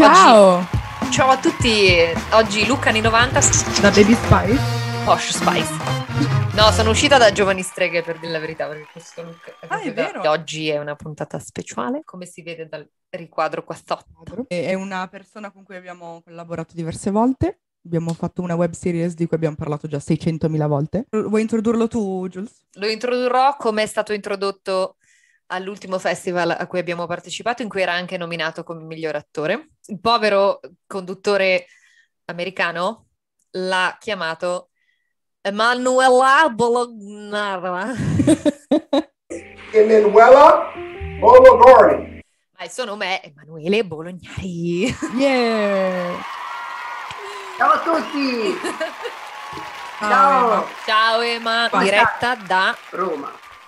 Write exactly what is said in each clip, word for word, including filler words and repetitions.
Ciao! Oggi... Ciao a tutti! Oggi Luca anni novanta da Baby Spice, Posh Spice. No, sono uscita da Giovani Streghe, per dire la verità, perché questo look è, ah, è da... vero. Oggi è una puntata speciale, come si vede dal riquadro qua sotto. È una persona con cui abbiamo collaborato diverse volte. Abbiamo fatto una web series di cui abbiamo parlato già seicentomila volte. Vuoi introdurlo tu, Jules? Lo introdurrò come è stato introdotto all'ultimo festival a cui abbiamo partecipato, in cui era anche nominato come miglior attore. Il povero conduttore americano l'ha chiamato Emanuela Bologna. Emanuela Bologna. Ma il suo nome è Emanuele Bolognari. Yeah! Ciao a tutti! Ciao! Ciao Ema, Come diretta stai? da Roma.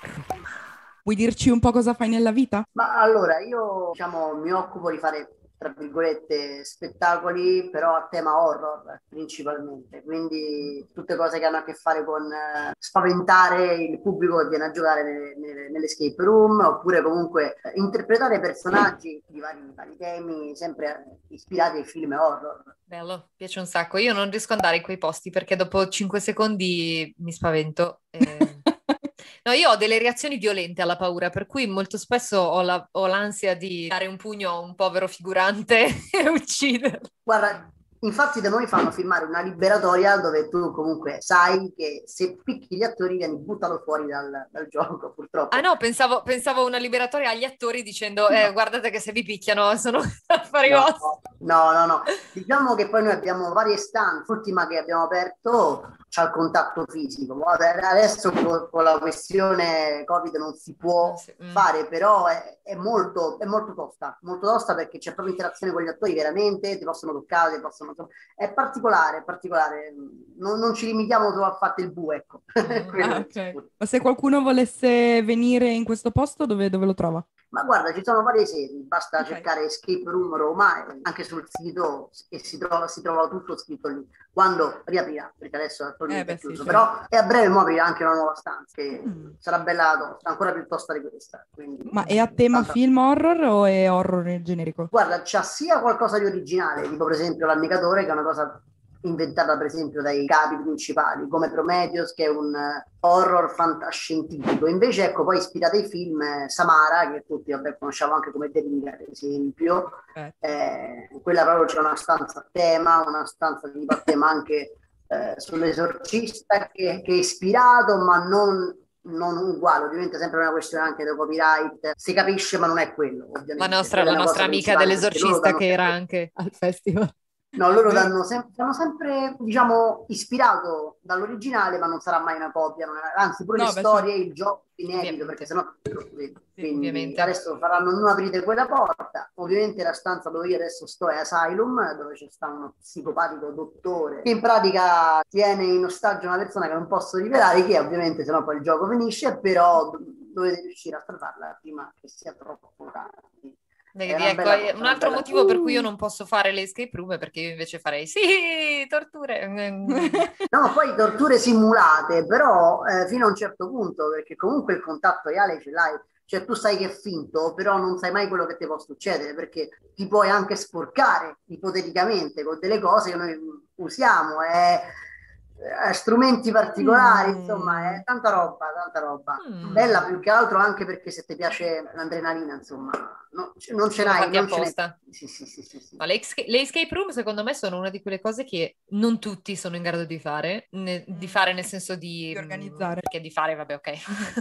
Vuoi dirci un po' cosa fai nella vita? Ma allora, io diciamo mi occupo di fare, tra virgolette, spettacoli, però a tema horror principalmente, quindi tutte cose che hanno a che fare con eh, spaventare il pubblico che viene a giocare nelle, nelle, nell'escape room, oppure comunque eh, interpretare personaggi di vari, vari temi, sempre ispirati ai film horror. Bello, piace un sacco. Io non riesco ad andare in quei posti perché dopo cinque secondi mi spavento. E... No, io ho delle reazioni violente alla paura, per cui molto spesso ho, la, ho l'ansia di dare un pugno a un povero figurante e ucciderlo. Guarda, infatti da noi fanno filmare una liberatoria dove tu comunque sai che se picchi gli attori vieni buttato fuori dal, dal gioco, purtroppo. Ah no, pensavo, pensavo una liberatoria agli attori dicendo eh, No. guardate che se vi picchiano sono affari No, vostri. no, no, no. Diciamo che poi noi abbiamo varie stanze. L'ultima che abbiamo aperto c'ha il contatto fisico. Adesso con, con la questione Covid non si può Non si- mm. fare, però è, è molto, è molto tosta, molto tosta perché c'è proprio interazione con gli attori veramente, ti possono toccare, ti possono... È particolare, è particolare. Non, non ci limitiamo solo a fare il bu, ecco. Ah, okay. Ma se qualcuno volesse venire in questo posto, dove, dove lo trova? Ma guarda, ci sono varie sedi, basta okay. cercare Escape Room Roma e anche sul sito e si trova, si trova tutto scritto lì. Quando riaprirà, perché adesso attualmente eh beh, è chiuso, sì, però certo. e a breve mo aprirà anche una nuova stanza che mm. sarà bella tosta, ancora più tosta di questa. Quindi, Ma è a tema tanta... film horror o è horror nel generico? Guarda, c'ha sia qualcosa di originale, tipo per esempio l'Annegatore, che è una cosa inventata per esempio dai capi principali, come Prometheus, che è un uh, horror fantascientifico. Invece, ecco, poi ispirata ai film eh, Samara, che tutti vabbè, conosciamo anche come Deliria, per esempio. Eh. Eh, quella proprio c'è una stanza a tema, una stanza di a tema anche eh, sull'esorcista, che, che è ispirato, ma non... non uguale, ovviamente sempre una questione anche del copyright, si capisce ma non è quello ovviamente. La nostra, la nostra amica dell'esorcista che era anche al festival. No, loro danno sem- hanno sempre, diciamo, ispirato dall'originale, ma non sarà mai una copia, non è... anzi pure no, le beh, storie, sì. il gioco inedito, perché sennò sì, quindi ovviamente. adesso faranno non aprite quella porta. Ovviamente la stanza dove io adesso sto è Asylum, dove c'è sta uno psicopatico dottore che in pratica tiene in ostaggio una persona che non posso rivelare, che ovviamente sennò poi il gioco finisce, però dovete riuscire a salvarla prima che sia troppo tardi. Vedi, ecco, cosa, un altro motivo uh. per cui io non posso fare le escape room è perché io invece farei sì, torture. No, poi torture simulate, però eh, fino a un certo punto, perché comunque il contatto reale ce l'hai, cioè tu sai che è finto, però non sai mai quello che ti può succedere, perché ti puoi anche sporcare ipoteticamente con delle cose che noi usiamo, eh, eh, strumenti particolari, mm. insomma, è tanta roba, tanta roba. Mm. Bella più che altro anche perché se ti piace l'adrenalina, insomma, no, non ce l'hai. Fatti non apposta. Ce sì, sì, sì, sì, sì. No, le, escape, le escape room secondo me sono una di quelle cose che non tutti sono in grado di fare, ne, di fare nel senso di... di organizzare. Perché di fare, vabbè, ok.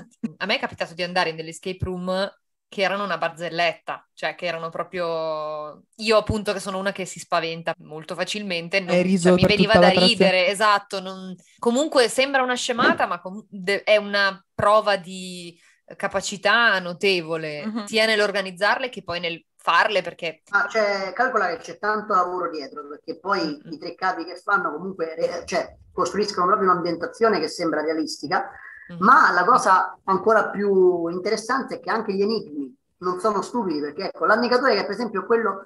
A me è capitato di andare in delle escape room che erano una barzelletta, cioè che erano proprio... Io appunto che sono una che si spaventa molto facilmente, non... cioè, mi veniva da ridere, esatto. Non... Comunque sembra una scemata, ma com... è una prova di capacità notevole, uh-huh. sia nell'organizzarle che poi nel farle, perché... Ah, cioè, calcola che c'è tanto lavoro dietro, perché poi mm-hmm. i tre capi che fanno comunque, cioè, costruiscono proprio un'ambientazione che sembra realistica, mm-hmm. ma la cosa ancora più interessante è che anche gli enigmi non sono stupidi, perché ecco, l'annegatore che per esempio è quello,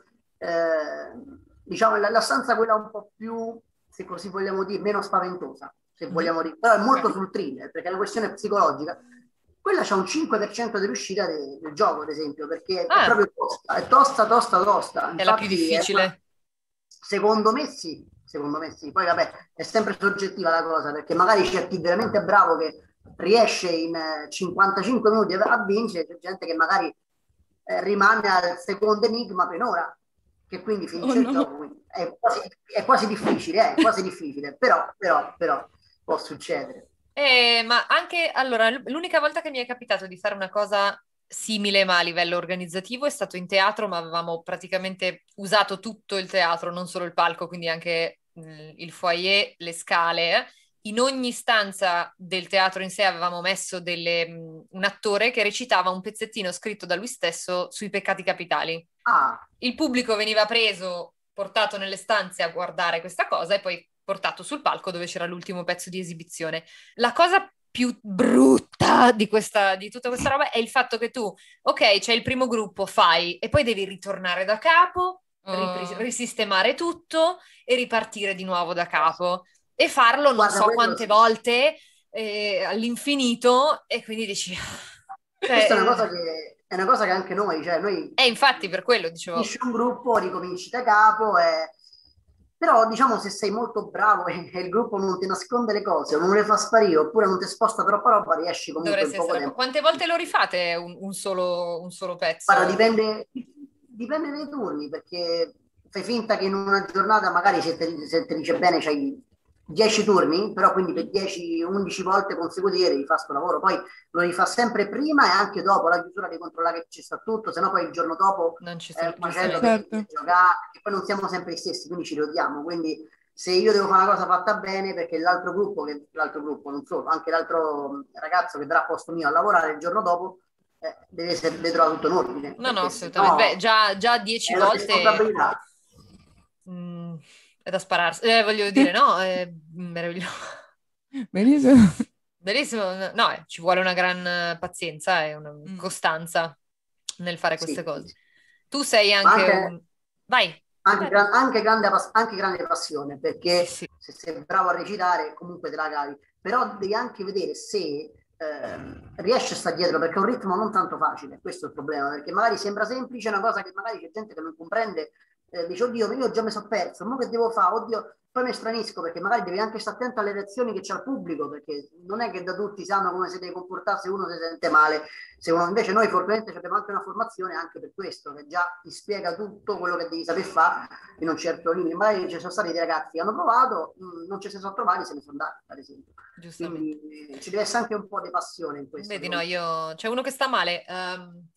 eh, diciamo, la, la stanza quella un po' più, se così vogliamo dire, meno spaventosa, se mm-hmm. vogliamo dire, però è molto okay. sul thriller, perché è una questione psicologica. quella c'ha un cinque per cento di riuscita de, del gioco, ad esempio, perché Ah. è proprio tosta, è tosta, tosta, tosta. È Infatti, la più difficile. È, secondo me sì, secondo me sì. Poi vabbè, è sempre soggettiva la cosa, perché magari c'è chi veramente bravo che riesce in cinquantacinque minuti a vincere, c'è gente che magari eh, rimane al secondo enigma per un'ora, che quindi finisce Oh, il no. gioco. Quindi è, quasi, è quasi difficile, è quasi difficile, però, però, però può succedere. Eh, ma anche, allora, l- l'unica volta che mi è capitato di fare una cosa simile, ma a livello organizzativo, è stato in teatro, ma avevamo praticamente usato tutto il teatro, non solo il palco, quindi anche mh, il foyer, le scale. In ogni stanza del teatro in sé avevamo messo delle, mh, un attore che recitava un pezzettino scritto da lui stesso sui peccati capitali. Ah, Il pubblico veniva preso, portato nelle stanze a guardare questa cosa e poi portato sul palco dove c'era l'ultimo pezzo di esibizione. La cosa più brutta di questa, di tutta questa roba è il fatto che tu, ok, c'è il primo gruppo, fai, e poi devi ritornare da capo, ripri- Oh. risistemare tutto e ripartire di nuovo da capo. E farlo non guarda, so quello quante sì. volte, eh, all'infinito, e quindi dici... Questa è una Cioè, cosa che, è una cosa che anche noi, cioè noi eh, infatti per quello dicevo... finisci un gruppo, ricominci da capo, e... però diciamo se sei molto bravo e, e il gruppo non ti nasconde le cose, o non le fa sparire, oppure non ti sposta troppa roba, riesci comunque in Dovresti poco essere... tempo. Quante volte lo rifate un, un solo, un solo Guarda, pezzo? dipende, dipende dai turni, perché fai finta che in una giornata magari se te, se te dice bene c'hai dieci turni, però quindi per dieci undici volte consecutive devi fare sto lavoro, poi lo rifà sempre prima e anche dopo la chiusura devi controllare che ci sta tutto, se no poi il giorno dopo Non ci è sei, un macello giustamente. per Certo. giocare, e poi non siamo sempre gli stessi, quindi ci rodiamo, quindi se io devo fare una cosa fatta bene, perché l'altro gruppo, che, l'altro gruppo non solo, anche l'altro ragazzo che darà a posto mio a lavorare il giorno dopo, eh, deve essere deve trovare tutto in ordine, No, no, perché se assolutamente. Beh, no già, già dieci è una volte responsabilità. mh, è da spararsi. Eh, voglio dire, no, è meraviglioso. Benissimo. Bellissimo. No, eh, ci vuole una gran eh, pazienza e una Mm. costanza nel fare queste Sì, cose. sì. Tu sei Ma anche anche, un... Vai. anche, Vai. gran- anche grande, pass- anche grande passione, Sì, perché sì. se sei bravo a recitare comunque te la cavi, però devi anche vedere se ehm, riesci a stare dietro, perché è un ritmo non tanto facile, questo è il problema, perché magari sembra semplice, una cosa che magari c'è gente che non comprende, eh, dice oddio, io già mi sono perso, ma che devo fare? Oddio, poi mi stranisco perché magari devi anche stare attento alle reazioni che c'è al pubblico, perché non è che da tutti sanno come si deve comportare se uno si sente male, se uno invece noi fortunatamente abbiamo anche una formazione anche per questo, che già ti spiega tutto quello che devi saper fare in un certo limite. Magari ci sono stati dei ragazzi che hanno provato, mh, non ci si sono trovati, se ne sono andati, ad esempio. Giustamente. Quindi eh, ci deve essere anche un po' di passione in questo. Vedi, no, io... C'è uno che sta male. ehm,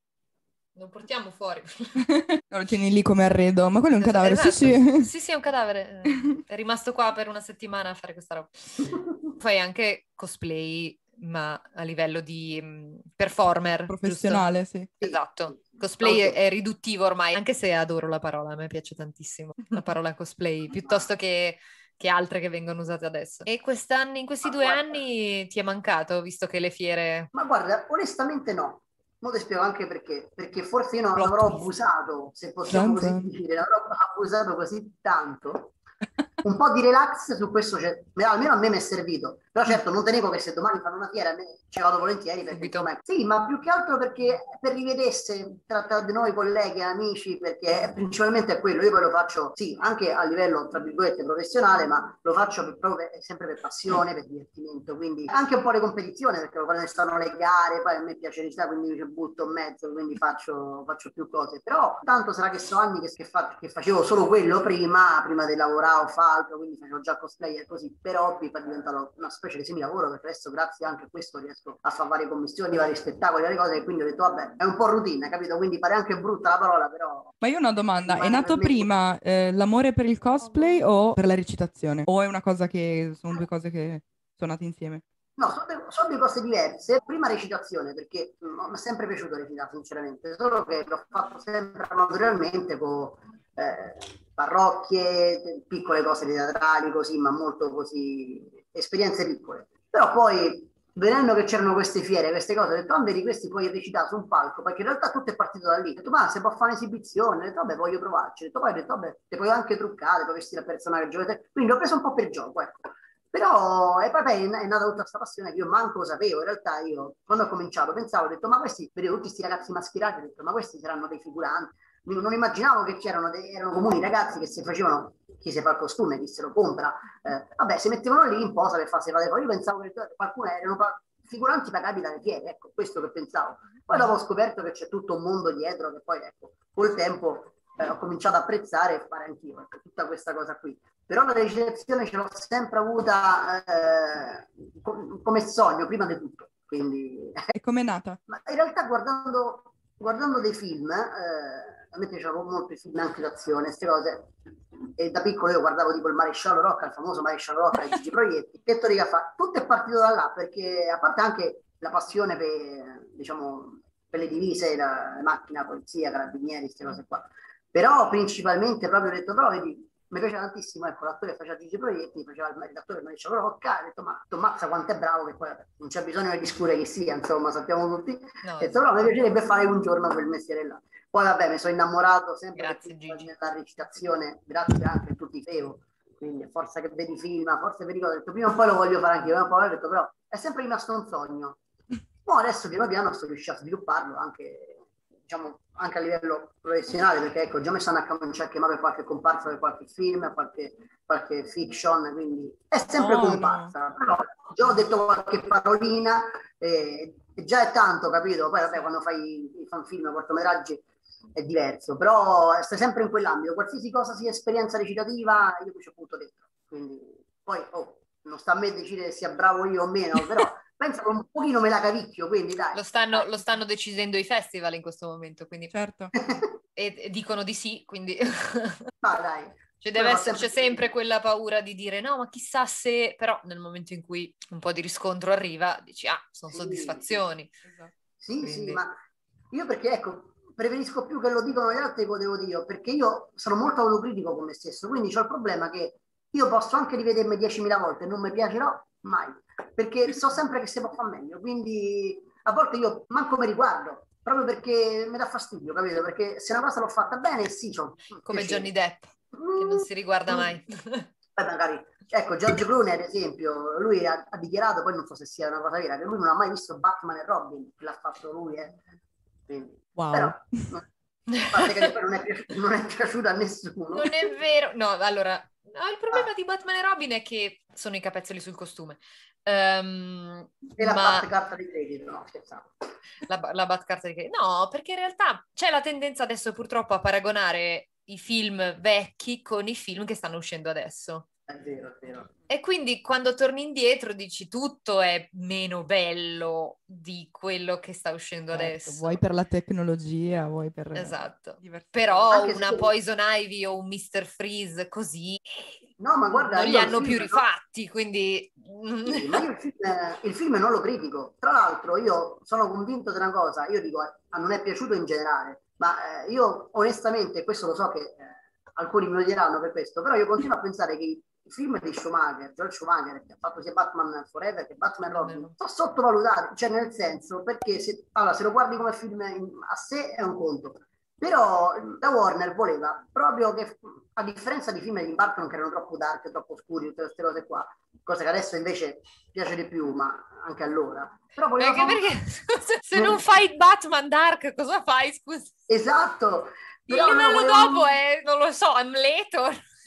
Lo portiamo fuori. No, lo tieni lì come arredo. Ma quello è un Es- cadavere? Sì, esatto. sì. Sì, sì, è un cadavere. eh, È rimasto qua per una settimana a fare questa roba. Fai anche cosplay, ma a livello di mh, performer, giusto? Professionale, sì. Esatto. Sì, Cosplay è, sì. è riduttivo ormai, anche se adoro la parola, a me piace tantissimo la parola cosplay, piuttosto che, che altre che vengono usate adesso. E quest'anno, in questi Ma due guarda, anni ti è mancato, visto che le fiere... ma guarda, onestamente no. Mo ti spiego anche perché, perché forse io non Plot avrò twist. abusato, se possiamo Zan così zan. dire, non avrò abusato così tanto. Un po' di relax su questo c'è, almeno a me mi è servito. Però certo non te nego che se domani fanno una fiera a me ci vado volentieri perché Subito. insomma, sì, ma più che altro perché per rivedesse tra, tra di noi colleghi e amici, perché principalmente è quello, io poi lo faccio sì, anche a livello tra virgolette professionale, ma lo faccio per, proprio per, sempre per passione, per divertimento, quindi anche un po' di competizione perché quando stanno le gare, poi a me piace recitare, quindi mi ci butto in mezzo, quindi faccio, faccio più cose. Però tanto sarà che sono anni che, che, fa, che facevo solo quello prima, prima di lavorare o fare altro, quindi facevo già cosplay e così, per hobby poi è diventato una specie di semilavoro, perché adesso grazie anche a questo riesco a fare varie commissioni, vari spettacoli, varie cose, e quindi ho detto vabbè, è un po' routine, capito? Quindi pare anche brutta la parola, però Ma io ho una domanda, è rimane per nato me. prima eh, l'amore per il cosplay o per la recitazione? O è una cosa che sono due cose che sono nate insieme? No, sono, de- sono due cose diverse. Prima recitazione, perché mm, mi è sempre piaciuto recitare, sinceramente, solo che l'ho fatto sempre amatorialmente con eh, parrocchie, piccole cose teatrali, così, ma molto così, esperienze piccole. Però poi, vedendo che c'erano queste fiere, queste cose, ho detto, ah, vedi, questi puoi recitare su un palco, perché in realtà tutto è partito da lì. Ho detto, ma se può fare un'esibizione, ho detto, vabbè, voglio provarci. Ho detto, poi ho detto, vabbè, te puoi anche truccare, puoi vestire il personaggio. Quindi l'ho preso un po' per gioco, ecco. Però e poi è, è nata tutta questa passione che io manco sapevo. In realtà io quando ho cominciato pensavo, ho detto ma questi, vedevo tutti questi ragazzi mascherati, ho detto ma questi saranno dei figuranti. Non immaginavo che c'erano dei, erano comuni ragazzi che si facevano, chi si fa il costume, chi se lo compra, eh, vabbè, si mettevano lì in posa per farsi fare le cose. Io pensavo che qualcuno erano figuranti pagati dalle fiere, ecco, questo che pensavo. Poi dopo ho scoperto che c'è tutto un mondo dietro che poi, ecco, col tempo eh, ho cominciato a apprezzare e fare anch'io, ecco, tutta questa cosa qui. Però la recitazione ce l'ho sempre avuta eh, come sogno, prima di tutto. Quindi... E com'è nata? Ma in realtà guardando, guardando dei film, eh, a me piacevano molto i film anche d'azione, queste cose, e da piccolo io guardavo tipo il Maresciallo Rocca, il famoso Maresciallo Rocca, i Gigi Proietti, che Torica fa, tutto è partito da là, perché a parte anche la passione per, diciamo, per le divise, la, la macchina, polizia, carabinieri, queste cose qua, però principalmente proprio ho detto, però vedi, mi piace tantissimo, ecco, l'attore che faceva Gigi Proietti, faceva il l'attore che Maresciallo Rocca, ho detto, ma mazza quanto è bravo, che poi non c'è bisogno di discutere chi sia, insomma, sappiamo tutti, no, ho detto, però mi piacerebbe fare un giorno quel mestiere là. Poi vabbè, mi sono innamorato sempre grazie, Gigi. nella recitazione, grazie anche a tutti i Feo, quindi forza che vedi film, forse vedi cose, ho detto prima o poi lo voglio fare anche io, poi ho detto però è sempre rimasto un sogno. Poi adesso piano piano sto riuscendo a svilupparlo anche, diciamo, anche a livello professionale, perché ecco, già mi stanno a chiamare per qualche comparsa, per qualche film, qualche, qualche fiction, quindi è sempre oh, comparsa, no. Però già ho detto qualche parolina, eh, già è tanto, capito? Poi vabbè, quando fai i fanfilm, cortometraggi, è diverso, però stai sempre in quell'ambito, qualsiasi cosa sia esperienza recitativa, io ci ho punto dentro, quindi poi oh, non sta a me decidere se sia bravo io o meno, però penso che un pochino me la cavicchio, quindi dai. Lo stanno, dai. Lo stanno decidendo i festival in questo momento, quindi certo. e, e dicono di sì, quindi ma dai. Cioè deve essere, c'è sempre quella paura di dire no, ma chissà se, però nel momento in cui un po' di riscontro arriva, dici ah, sono sì, soddisfazioni. Esatto. Sì, quindi... sì, ma io perché ecco, preferisco più che lo dicono gli altri che lo devo dire, perché io sono molto autocritico con me stesso, quindi ho il problema che io posso anche rivedermi diecimila volte e non mi piacerò mai, perché so sempre che si può fare meglio, quindi a volte io manco mi riguardo, proprio perché mi dà fastidio, capito? Perché se una cosa l'ho fatta bene, sì, c'ho come piacere. Johnny Depp, che non si riguarda mai. Poi magari, ecco, George Clooney ad esempio, lui ha, ha dichiarato, poi non so se sia una cosa vera, che lui non ha mai visto Batman e Robin, che l'ha fatto lui, eh. Quindi, wow. Però, che poi non è, piaciuto, non è piaciuto a nessuno. Non è vero, no, allora, no, il problema ah. di Batman e Robin è che sono i capezzoli sul costume. Um, e la ma... Batcarta di credito, no, scherzavo. La, la Batcarta di credito, no, perché in realtà c'è la tendenza adesso purtroppo a paragonare i film vecchi con i film che stanno uscendo adesso. È vero, è vero. E quindi quando torni indietro dici tutto è meno bello di quello che sta uscendo certo, adesso. Vuoi per la tecnologia, vuoi per... Esatto. Però anche una se... Poison Ivy o un mister Freeze così no, ma guarda, non li hanno più rifatti, no? Quindi... Sì, ma io il film, il film non lo critico. Tra l'altro io sono convinto di una cosa, io dico, a non è piaciuto in generale, ma eh, io onestamente, questo lo so che eh, alcuni mi odieranno per questo, però io continuo a pensare che i film di Schumacher, George Schumacher, che ha fatto sia Batman Forever che Batman e Robin, sono sottovalutati, cioè nel senso, perché se, allora, se lo guardi come film in, a sé è un conto, però la Warner voleva proprio che, a differenza di film di Burton che erano troppo dark, troppo oscuri, tutte queste cose qua, cose che adesso invece piace di più, ma anche allora. Però perché, fare... perché se non fai Batman dark, cosa fai? Scusa. Esatto. Il livello volevano... dopo è, non lo so, Amleto.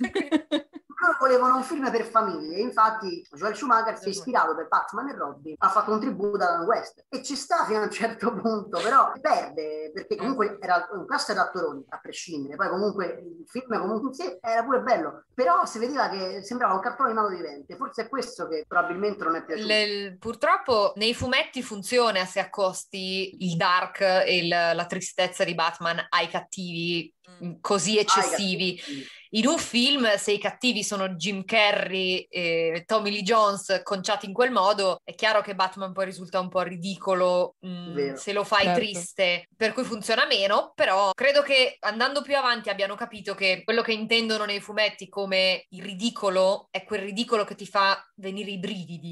Loro volevano un film per famiglie, infatti Joel Schumacher si è ispirato per Batman e Robin, ha fatto un tributo ad Adam West e ci sta fino a un certo punto, però perde perché comunque era un cast di attoroni a prescindere, poi comunque il film comunque in sé era pure bello, però si vedeva che sembrava un cartone animato vivente, forse è questo che probabilmente non è piaciuto. Le, purtroppo nei fumetti funziona se accosti il dark e il, la tristezza di Batman ai cattivi così eccessivi. Ah, in un film, se i cattivi sono Jim Carrey e Tommy Lee Jones conciati in quel modo, è chiaro che Batman poi risulta un po' ridicolo mh, se lo fai certo. triste, per cui funziona meno, però credo che andando più avanti abbiano capito che quello che intendono nei fumetti come il ridicolo è quel ridicolo che ti fa venire i brividi,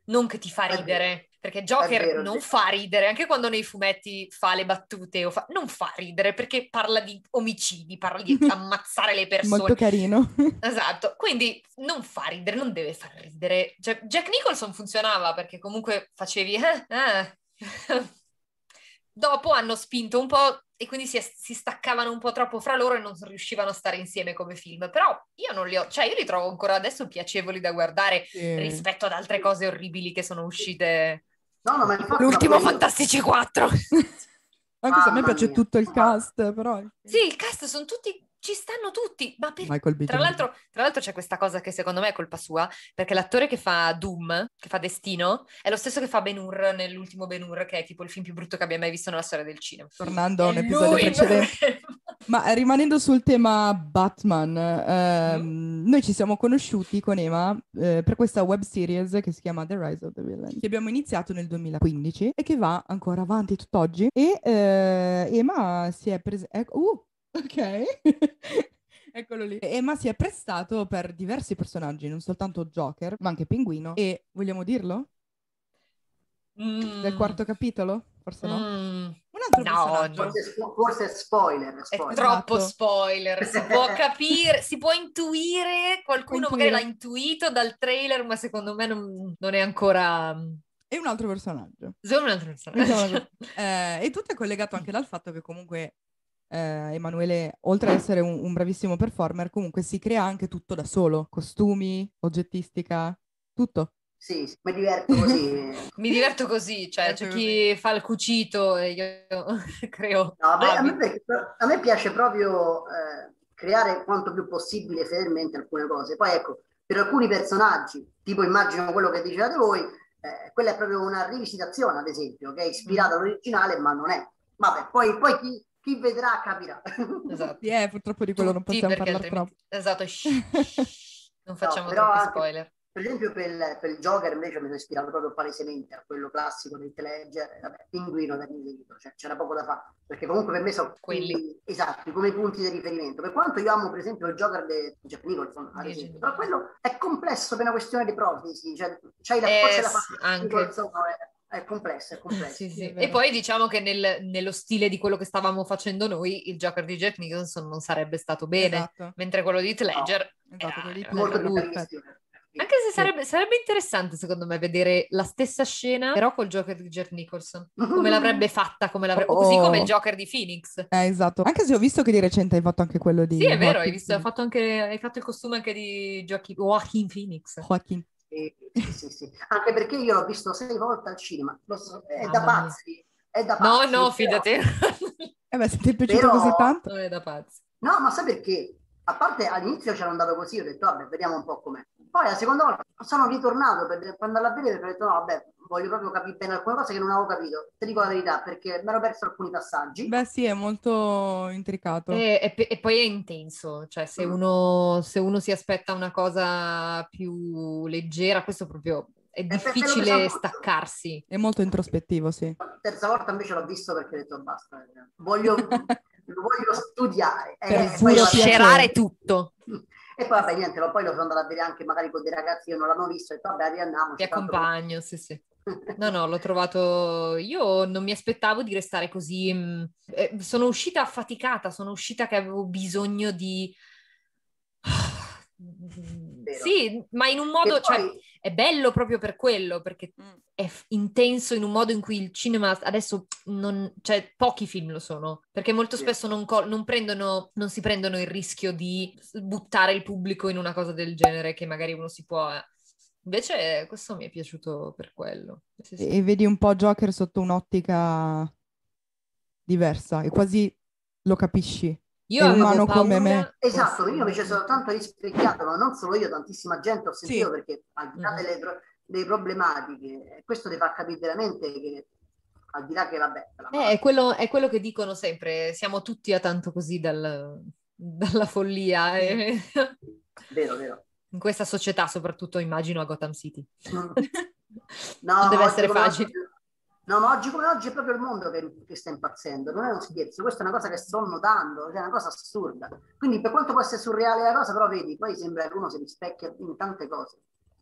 non che ti fa ridere, perché Joker vero, non fa ridere, anche quando nei fumetti fa le battute, o fa... non fa ridere, perché parla di omicidi, parla di ammazzare le persone. Molto carino. Esatto, quindi non fa ridere, non deve far ridere. Cioè, Jack Nicholson funzionava, perché comunque facevi... Eh, eh. Dopo hanno spinto un po' e quindi si, si staccavano un po' troppo fra loro e non riuscivano a stare insieme come film, però io non li ho, cioè io li trovo ancora adesso piacevoli da guardare sì. rispetto ad altre cose orribili che sono uscite. No, no, ma infatti l'ultimo Fantastici quattro. Anche se a me piace tutto il cast, però... Sì, il cast sono tutti, ci stanno tutti, ma per... tra l'altro, tra l'altro c'è questa cosa che secondo me è colpa sua, perché l'attore che fa Doom, che fa Destino, è lo stesso che fa Ben-Hur nell'ultimo Ben-Hur, che è tipo il film più brutto che abbia mai visto nella storia del cinema. Tornando a un episodio precedente. Ma rimanendo sul tema Batman, ehm, mm. noi ci siamo conosciuti con Ema eh, per questa web series che si chiama The Rise of the Villain, che abbiamo iniziato nel duemilaquindici e che va ancora avanti tutt'oggi. E eh, Ema si è presa... Ecco, uh, ok. Eccolo lì. Emma si è prestato per diversi personaggi, non soltanto Joker, ma anche Pinguino. E vogliamo dirlo? Mm. Del quarto capitolo? Forse no? Mm. Un altro no, personaggio. Forse, forse è spoiler, spoiler. È troppo Esatto. spoiler. Si può capire, si può intuire, qualcuno Intuire. magari l'ha intuito dal trailer, ma secondo me non, non è ancora... E un altro personaggio. Sono un altro personaggio. eh, e tutto è collegato anche dal fatto che comunque eh, Emanuele, oltre ad essere un, un bravissimo performer, comunque si crea anche tutto da solo. Costumi, oggettistica, tutto. Sì, mi diverto così. Mi diverto così, cioè c'è chi fa il cucito e io creo. No, a, me, a, me, a me piace proprio eh, creare quanto più possibile fedelmente alcune cose. Poi ecco, per alcuni personaggi, tipo immagino quello che dicevate voi, eh, quella è proprio una rivisitazione, ad esempio, che è ispirata mm. all'originale, ma non è. Vabbè, poi, poi chi, chi vedrà capirà. Esatto. Sì, eh, purtroppo di quello Tutti, non possiamo parlare altrimenti... troppo. Esatto, shh, non facciamo no, troppi anche... spoiler. Per esempio per il, per il Joker invece mi sono ispirato proprio palesemente a quello classico del Ledger, vabbè, Pinguino da Nido, cioè c'era poco da fare, perché comunque per me sono quelli esatti, come punti di riferimento. Per quanto io amo per esempio il Joker di Jack Nicholson, ad esempio, però quello è complesso per una questione di protesi, cioè c'hai la forza eh, da fare Nicholson, è, è complesso, è complesso. Sì, sì. E poi diciamo che nel, nello stile di quello che stavamo facendo noi, il Joker di Jack Nicholson non sarebbe stato bene, esatto. mentre quello di Heath Ledger no, esatto, era, era molto più bellissimo. Anche se sarebbe, sarebbe interessante secondo me vedere la stessa scena però col Joker di Jack Nicholson, come l'avrebbe fatta, come l'avrebbe... Oh. o così come il Joker di Phoenix. Eh, esatto, anche se ho visto che di recente hai fatto anche quello di... Sì, è vero, hai, visto, hai, fatto anche, hai fatto il costume anche di Joaquin, Joaquin Phoenix. Joaquin. Sì, sì, sì, sì. Anche perché io l'ho visto sei volte al cinema, lo so, è ah, da pazzi, è da pazzi. No, no, fidati. Eh beh, se ti è piaciuto però... così tanto... Non è da pazzi. No, ma sai perché? A parte all'inizio c'era andato così, ho detto vabbè, vediamo un po' com'è. Poi la seconda volta sono ritornato per, per andarla a vedere perché ho detto no, vabbè, voglio proprio capire bene alcune cose che non avevo capito. Ti dico la verità, perché mi ero perso alcuni passaggi. Beh sì, è molto intricato. E, e, e poi è intenso, cioè se, mm. uno, se uno si aspetta una cosa più leggera, questo proprio... È difficile staccarsi. È molto introspettivo, sì. La terza volta invece l'ho visto perché ho detto basta, voglio, lo voglio studiare. Per eh, scerare tutto. E poi vabbè niente, poi lo sono andato a vedere anche magari con dei ragazzi che non l'hanno visto e ho detto vabbè riandiamo. Ti accompagno, sì sì. No, no, l'ho trovato... Io non mi aspettavo di restare così... Eh, sono uscita affaticata, sono uscita che avevo bisogno di... Vero. Sì, ma in un modo, poi... cioè, è bello proprio per quello, perché è f- intenso in un modo in cui il cinema adesso non, cioè, pochi film lo sono, perché molto spesso non, co- non prendono, non si prendono il rischio di buttare il pubblico in una cosa del genere che magari uno si può... Eh. Invece questo mi è piaciuto per quello. Sì, sì. E vedi un po' Joker sotto un'ottica diversa e quasi lo capisci. Io è avevo umano paura... come me. Esatto, io mi ci sono tanto rispecchiato, ma non solo io, tantissima gente ho sentito, sì. Perché al di là mm-hmm. delle, delle problematiche, questo ti fa capire veramente che al di là che vabbè... Eh, è, quello, è quello che dicono sempre, siamo tutti a tanto così dal, dalla follia. Eh. Vero, vero. In questa società, soprattutto immagino a Gotham City. No, non deve essere facile. Oggi... No, ma oggi come oggi è proprio il mondo che, che sta impazzendo, non è uno scherzo, questa è una cosa che sto notando, cioè è una cosa assurda. Quindi per quanto può essere surreale la cosa, però vedi, poi sembra che uno si rispecchia in tante cose.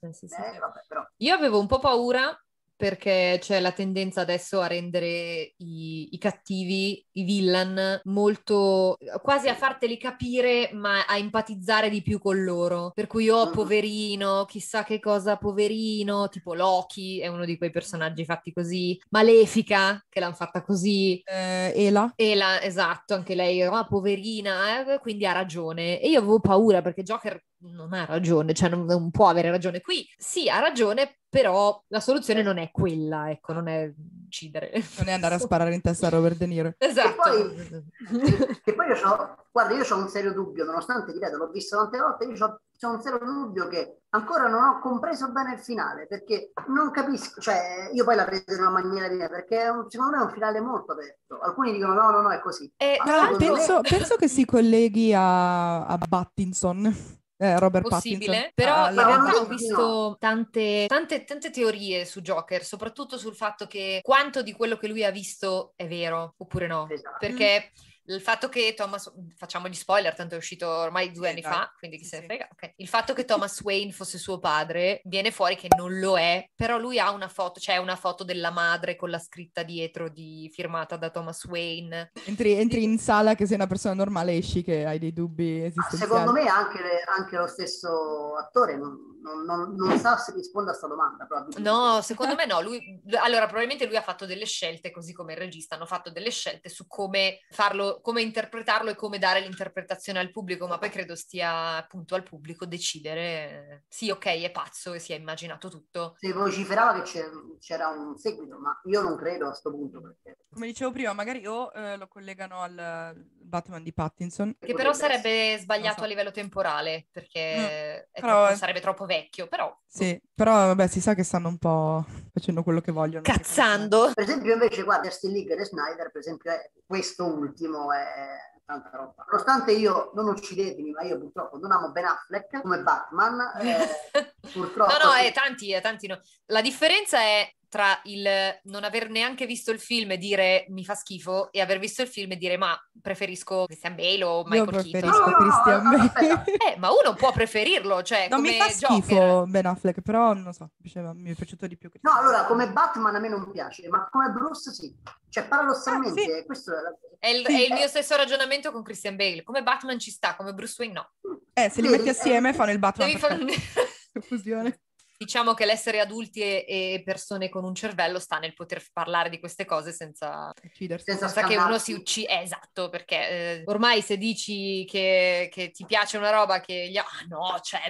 Eh, sì, sì, Eh, sì. vabbè, però. Io avevo un po' paura perché c'è la tendenza adesso a rendere i, i cattivi, i villain, molto quasi a farteli capire, ma a empatizzare di più con loro. Per cui oh, poverino, chissà che cosa, poverino, tipo Loki è uno di quei personaggi fatti così, Malefica, che l'hanno fatta così. Eh, Ela. Ela, esatto, anche lei, oh, poverina, eh, quindi ha ragione. E io avevo paura perché Joker non ha ragione, cioè non, non può avere ragione. Qui sì, ha ragione, però la soluzione non è quella, ecco, non è uccidere. Non è andare a sparare in testa a Robert De Niro. Esatto. E poi, e poi io c'ho, guarda, io ho un serio dubbio, nonostante, ripeto, l'ho visto tante volte, io c'ho, c'ho un serio dubbio che ancora non ho compreso bene il finale, perché non capisco, cioè io poi la vedo in una maniera mia, perché è un, secondo me è un finale molto aperto. Alcuni dicono no, no, no, è così. Eh, Ah, penso, me... penso che si colleghi a, a Pattinson. Eh, Robert possibile, Pattinson. però Ah, in la- realtà no, ho visto no. tante, tante, tante teorie su Joker, soprattutto sul fatto che quanto di quello che lui ha visto è vero oppure no, Esatto. perché il fatto che Thomas, facciamo gli spoiler, tanto è uscito ormai due Sì, anni dai. fa, quindi chi Sì, se ne sì. frega, ok. Il fatto che Thomas Wayne fosse suo padre, viene fuori che non lo è, però lui ha una foto, cioè una foto della madre con la scritta dietro di, firmata da Thomas Wayne. Entri, entri in sala che sei una persona normale, esci che hai dei dubbi esistenziali. Secondo me anche, anche lo stesso attore non, non, non, non sa se risponde a questa domanda. No, secondo me no. Lui, allora, probabilmente lui ha fatto delle scelte, così come il regista hanno fatto delle scelte su come farlo, come interpretarlo e come dare l'interpretazione al pubblico, ma poi credo stia appunto al pubblico decidere. Sì, ok, è pazzo e si è immaginato tutto. Si vociferava che c'era, c'era un seguito, ma io non credo a sto punto. Perché... Come dicevo prima, magari o eh, lo collegano al Batman di Pattinson. Che però sarebbe essere. sbagliato So. a livello temporale, perché Mm, è però, troppo, eh, sarebbe troppo vecchio, però... Sì, però vabbè, si sa che stanno un po' facendo quello che vogliono. Cazzando! Per esempio invece, guarda, Justice League e Snyder, per esempio, è, questo ultimo è tanta roba. Nonostante io, non uccidetemi, ma io purtroppo non amo Ben Affleck come Batman, eh, purtroppo... No, no, è tanti, è tanti no. La differenza è tra il non aver neanche visto il film e dire mi fa schifo e aver visto il film e dire ma preferisco Christian Bale o Michael Io Keaton. preferisco No, no, no, Christian no, Bale. aspetta. Eh, ma uno può preferirlo, cioè Non come mi fa schifo Joker. Ben Affleck, però non so, mi piaceva- mi è piaciuto di più No, Christian allora, come Batman a me non piace, ma come Bruce sì. Cioè, paradossalmente, Ah, sì. questo è, la... È il, Sì. è il mio stesso ragionamento con Christian Bale. Come Batman ci sta, come Bruce Wayne no. Eh, se li Vedi, metti assieme eh, fanno il Batman Devi fare perfetto. Confusione. Diciamo che l'essere adulti e, e persone con un cervello sta nel poter parlare di queste cose senza, Uccidersi. senza senza che uno scannarsi. si uccida. Eh, esatto, perché eh, ormai se dici che, che ti piace una roba che gli... Ah no, cioè...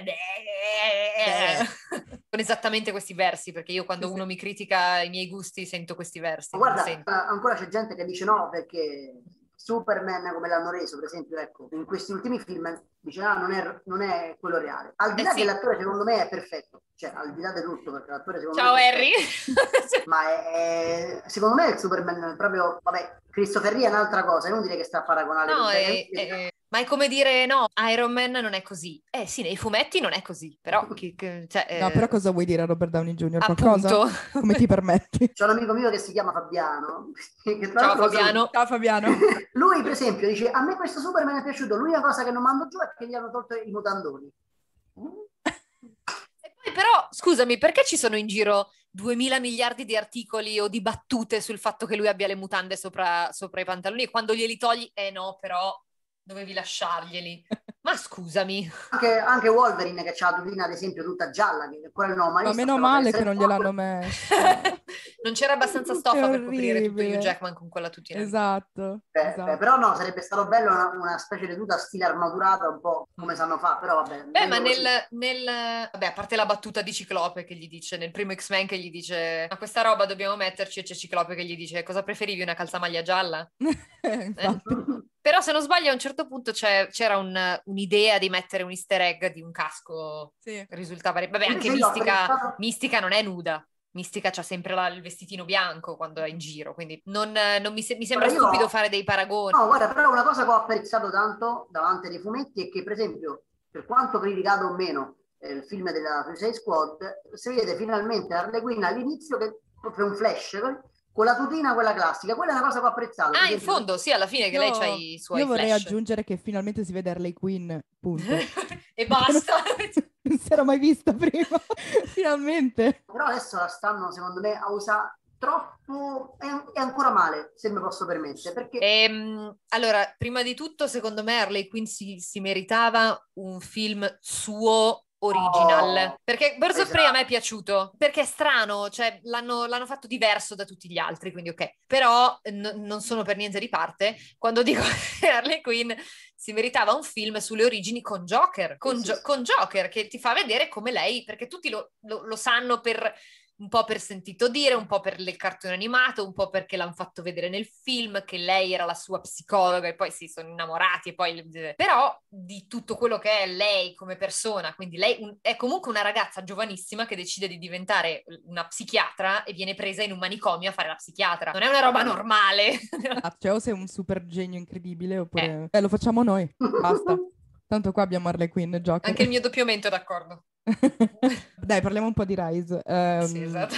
Beh, con esattamente questi versi, perché io quando Sì, uno sì. mi critica i miei gusti sento questi versi. Ma guarda, sento. ancora c'è gente che dice no, perché Superman, come l'hanno reso, per esempio, ecco, in questi ultimi film, dice no, non è, non è quello reale. Al di Eh là sì. che l'attore secondo me è perfetto, cioè al di là di tutto, perché l'attore secondo Ciao me è Harry! ma è, è, secondo me il Superman proprio, vabbè, Christopher Reeve è un'altra cosa, è inutile che sta a paragonare. No, perché- è, è- ma è come dire no, Iron Man non è così. Eh sì, nei fumetti non è così, però... Chi, chi- cioè, No, eh, però cosa vuoi dire a Robert Downey junior? appunto. Qualcosa? Come ti permetti? C'è un amico mio che si chiama Fabiano. Che tra Ciao l'altro lo Fabiano. Ciao Fabiano. Lui, per esempio, dice: a me questo Superman è piaciuto. L'unica cosa che non mando giù è che gli hanno tolto i mutandoni. E poi però, scusami, perché ci sono in giro duemila miliardi di articoli o di battute sul fatto che lui abbia le mutande sopra, sopra i pantaloni e quando glieli togli, eh no, però dovevi lasciarglieli. Ma scusami. Anche, anche Wolverine, che c'ha la tutina, ad esempio, tutta gialla, che quella no, ma Ma meno male che non gliel'hanno messo. Non c'era abbastanza stoffa per coprire tutto Hugh Jackman con quella tutina. Esatto. Beh, esatto. beh, però no, sarebbe stato bello una, una specie di tuta stile armaturata, un po' come sanno fare, però vabbè. Beh, ma così. nel, nel... Vabbè, a parte la battuta di Ciclope che gli dice, nel primo X-Men che gli dice ma questa roba dobbiamo metterci, e c'è Ciclope che gli dice cosa preferivi, una calzamaglia gialla? eh? Però se non sbaglio a un certo punto c'è, c'era un, un'idea di mettere un easter egg di un casco, sì. risultava... Vabbè, anche Invece Mistica, pensato... Mistica non è nuda. Mistica c'ha sempre la, il vestitino bianco quando è in giro, quindi non, non mi, se, mi sembra io... stupido fare dei paragoni. No, guarda, però una cosa che ho apprezzato tanto davanti ai fumetti è che, per esempio, per quanto criticato o meno eh, il film della Suicide Squad, si vede finalmente Harley Quinn all'inizio che proprio un flash con la tutina, quella classica. Quella è una cosa che ho apprezzato. Ah, in fondo, sì, alla fine che io, lei c'ha i suoi Io vorrei flash. aggiungere che finalmente si vede Harley Quinn, punto. e basta. Non si era mai vista prima, finalmente. Però adesso la stanno, secondo me, a usare troppo, è, è ancora male, se mi posso permettere. Perché... Ehm, allora, prima di tutto, secondo me Harley Quinn si, si meritava un film suo original, oh, perché Birds of esatto. Prey a me è piaciuto, perché è strano, cioè l'hanno, l'hanno fatto diverso da tutti gli altri, quindi ok, però n- non sono per niente di parte quando dico che Harley Quinn si meritava un film sulle origini con Joker, con, Sì, Gio- sì, sì. con Joker, che ti fa vedere come lei, perché tutti lo, lo, lo sanno per... un po' per sentito dire, un po' per il cartone animato, un po' perché l'hanno fatto vedere nel film, che lei era la sua psicologa e poi si sono innamorati e poi... Però di tutto quello che è lei come persona, quindi lei un... è comunque una ragazza giovanissima che decide di diventare una psichiatra e viene presa in un manicomio a fare la psichiatra. Non è una roba normale. Cioè, o sei un super genio incredibile oppure... Eh, eh lo facciamo noi, basta. Tanto qua abbiamo Harley Quinn e Joker. Anche il mio doppiamento è d'accordo. Dai, parliamo un po' di Rise. Um, sì, esatto.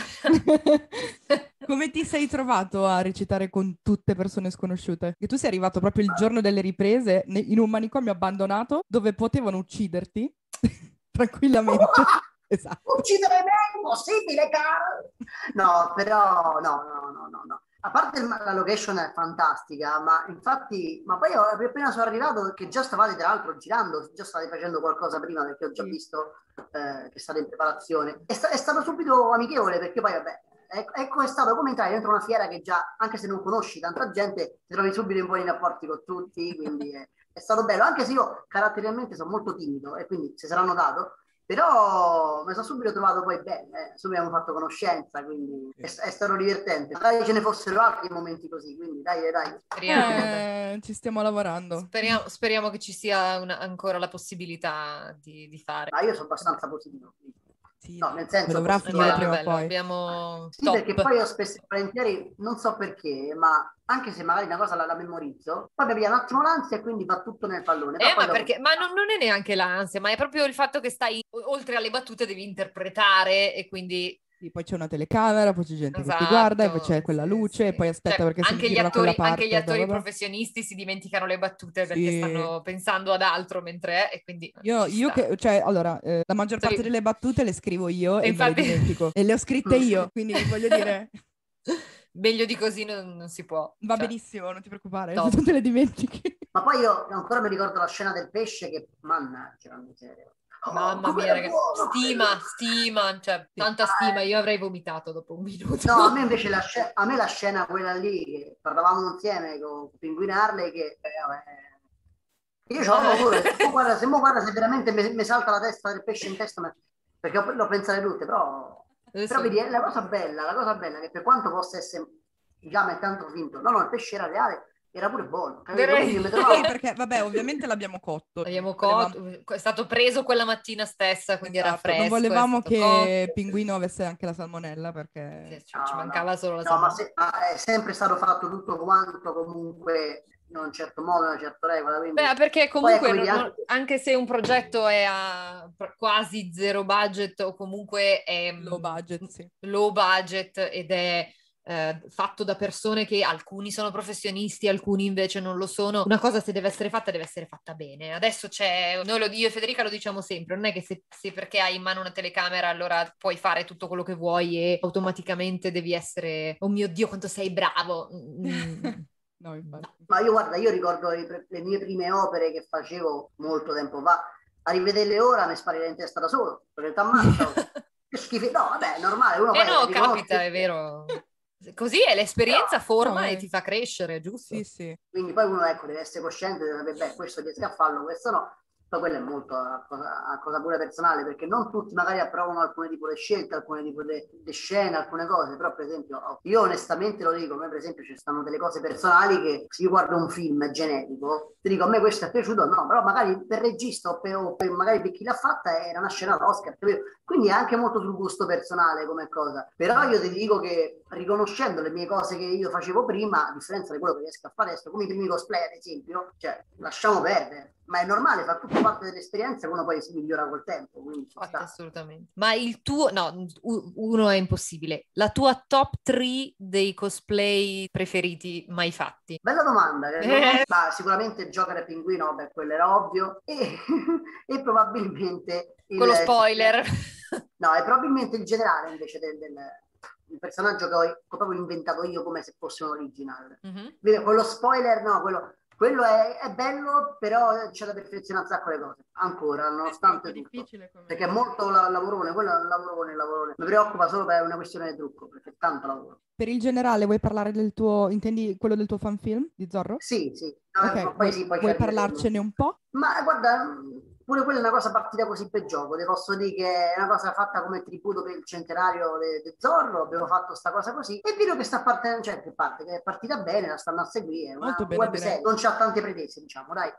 Come ti sei trovato a recitare con tutte persone sconosciute? Che tu sei arrivato proprio il giorno delle riprese ne- in un manicomio abbandonato dove potevano ucciderti tranquillamente. Esatto. Uccidere me è impossibile, caro! No, però no, no, no, no, no. A parte il, la location è fantastica, ma infatti, ma poi ho, appena sono arrivato che già stavate tra l'altro girando, già state facendo qualcosa prima perché ho già Sì. visto eh, che state in preparazione. È, sta, è stato subito amichevole perché poi vabbè, ecco, è stato come entrare dentro una fiera che già, anche se non conosci tanta gente, ti trovi subito in buoni rapporti con tutti, quindi è, è stato bello, anche se io caratterialmente sono molto timido e quindi si sarà notato. Però mi sono subito trovato poi bene, eh. subito abbiamo fatto conoscenza, quindi è, è stato divertente. Magari ce ne fossero altri momenti così, quindi dai, dai. Speriamo, Eh, ci stiamo lavorando. speriamo, speriamo che ci sia una, ancora la possibilità di, di fare. Ma io sono abbastanza positivo. Sì, no, nel senso, dovrà positivo, finire bello, prima o bello. poi. Abbiamo sì, top. perché poi io spesso e volentieri, non so perché, ma anche se magari una cosa la, la memorizzo, poi mi viene un attimo l'ansia e quindi va tutto nel pallone. Eh, ma, dopo... perché, ma non, non è neanche l'ansia, ma è proprio il fatto che stai, oltre alle battute, devi interpretare e quindi... Sì, poi c'è una telecamera, poi c'è gente esatto, che ti guarda, e poi c'è quella sì, luce, sì. e poi aspetta cioè, perché si anche gli, gira da attori, quella parte. anche gli attori bla bla bla. professionisti si dimenticano le battute Sì. perché stanno pensando ad altro mentre è e quindi Io, io che, cioè, allora, eh, la maggior parte delle battute le scrivo io e, e infatti... me le dimentico. E le ho scritte io, quindi voglio dire... Meglio di così non, non si può. Va cioè. benissimo, non ti preoccupare, Top. se tu te le dimentichi. Ma poi io ancora mi ricordo la scena del pesce che, mannaggia, la miseria. Oh, Mamma mia, ragazzi, stima, stima, cioè sì. Tanta stima, io avrei vomitato dopo un minuto. No, a me invece la, sc- a me la scena quella lì, che parlavamo insieme con Pinguino Harley, che eh, vabbè, io ho paura, se guarda, se, guarda, se veramente mi, mi salta la testa del pesce in testa, ma, perché ho, l'ho pensate tutte, però, eh, però sì. Vedi, la cosa bella, la cosa bella che per quanto possa essere già ma è tanto finto, no, no, il pesce era reale, era pure buono. Sì, perché vabbè, ovviamente l'abbiamo cotto. L'abbiamo cotto, volevamo... è stato preso quella mattina stessa, quindi esatto, era fresco. Non volevamo che cotto. Pinguino avesse anche la salmonella perché sì, ci, no, ci mancava no. solo la no, salmonella. Ma, se, ma è sempre stato fatto tutto quanto comunque in un certo modo, in una certa regola. Quindi... Beh, perché comunque Poi, non, anche... non, anche se un progetto è a quasi zero budget o comunque è low budget, sì. low budget ed è Eh, fatto da persone che alcuni sono professionisti, alcuni invece non lo sono. Una cosa se deve essere fatta deve essere fatta bene. Adesso c'è, noi lo, io e Federica lo diciamo sempre, non è che se, se perché hai in mano una telecamera allora puoi fare tutto quello che vuoi e automaticamente devi essere, oh mio Dio quanto sei bravo. Mm. No, infatti. Ma io guarda, io ricordo le, le mie prime opere che facevo molto tempo fa, a rivederle ora mi sparirei in testa da solo, perché t'ammazzo. Che schifo. No, vabbè, è normale, uno eh poi no, riconosce... capita, è vero. Così è, l'esperienza forma no, e ti fa crescere, giusto? Sì, sì. Quindi poi uno ecco, deve essere cosciente di dire, beh, questo riesco a farlo, questo no. Poi quello è molto a cosa, a cosa pure personale, perché non tutti magari approvano alcune tipo di scelte, alcune tipo di scene, alcune cose, però per esempio, io onestamente lo dico, a me per esempio ci stanno delle cose personali che se io guardo un film generico, ti dico a me questo è piaciuto, no, però magari per regista o per, o per magari per chi l'ha fatta era una scena all'Oscar, quindi è anche molto sul gusto personale come cosa, però io ti dico che riconoscendo le mie cose che io facevo prima, a differenza di quello che riesco a fare adesso, come i primi cosplay ad esempio, cioè lasciamo perdere. ma è normale, fa tutto parte dell'esperienza che uno poi si migliora col tempo. Quindi Infatti, assolutamente. Ma il tuo, no, uno è impossibile. La tua top tre dei cosplay preferiti mai fatti? Bella domanda. Eh. Non ho... Ma sicuramente Joker e Pinguino, beh, quello era ovvio. E, e probabilmente... Il... Quello spoiler. No, è probabilmente il generale invece del... del... il personaggio che ho, che ho proprio inventato io come se fosse un originale. Mm-hmm. Quello spoiler, no, quello... Quello è, è bello, però c'è da perfezionare un sacco le cose, ancora, nonostante tutto. Difficile come... Perché è molto la, lavorone, quello è un lavorone, lavorone. Mi preoccupa solo per una questione di trucco, perché è tanto lavoro. Per il generale vuoi parlare del tuo, intendi quello del tuo fanfilm di Zorro? Sì, sì. No, okay. Poi sì poi vuoi parlarcene un po'? Ma guarda... Pure quella è una cosa partita così per gioco, ti posso dire che è una cosa fatta come tributo per il centenario di de Zorro, abbiamo fatto sta cosa così, e vedo che sta partendo, cioè che parte, che è partita bene, la stanno a seguire, una Molto bene, web serie, non c'ha tante pretese, diciamo, dai,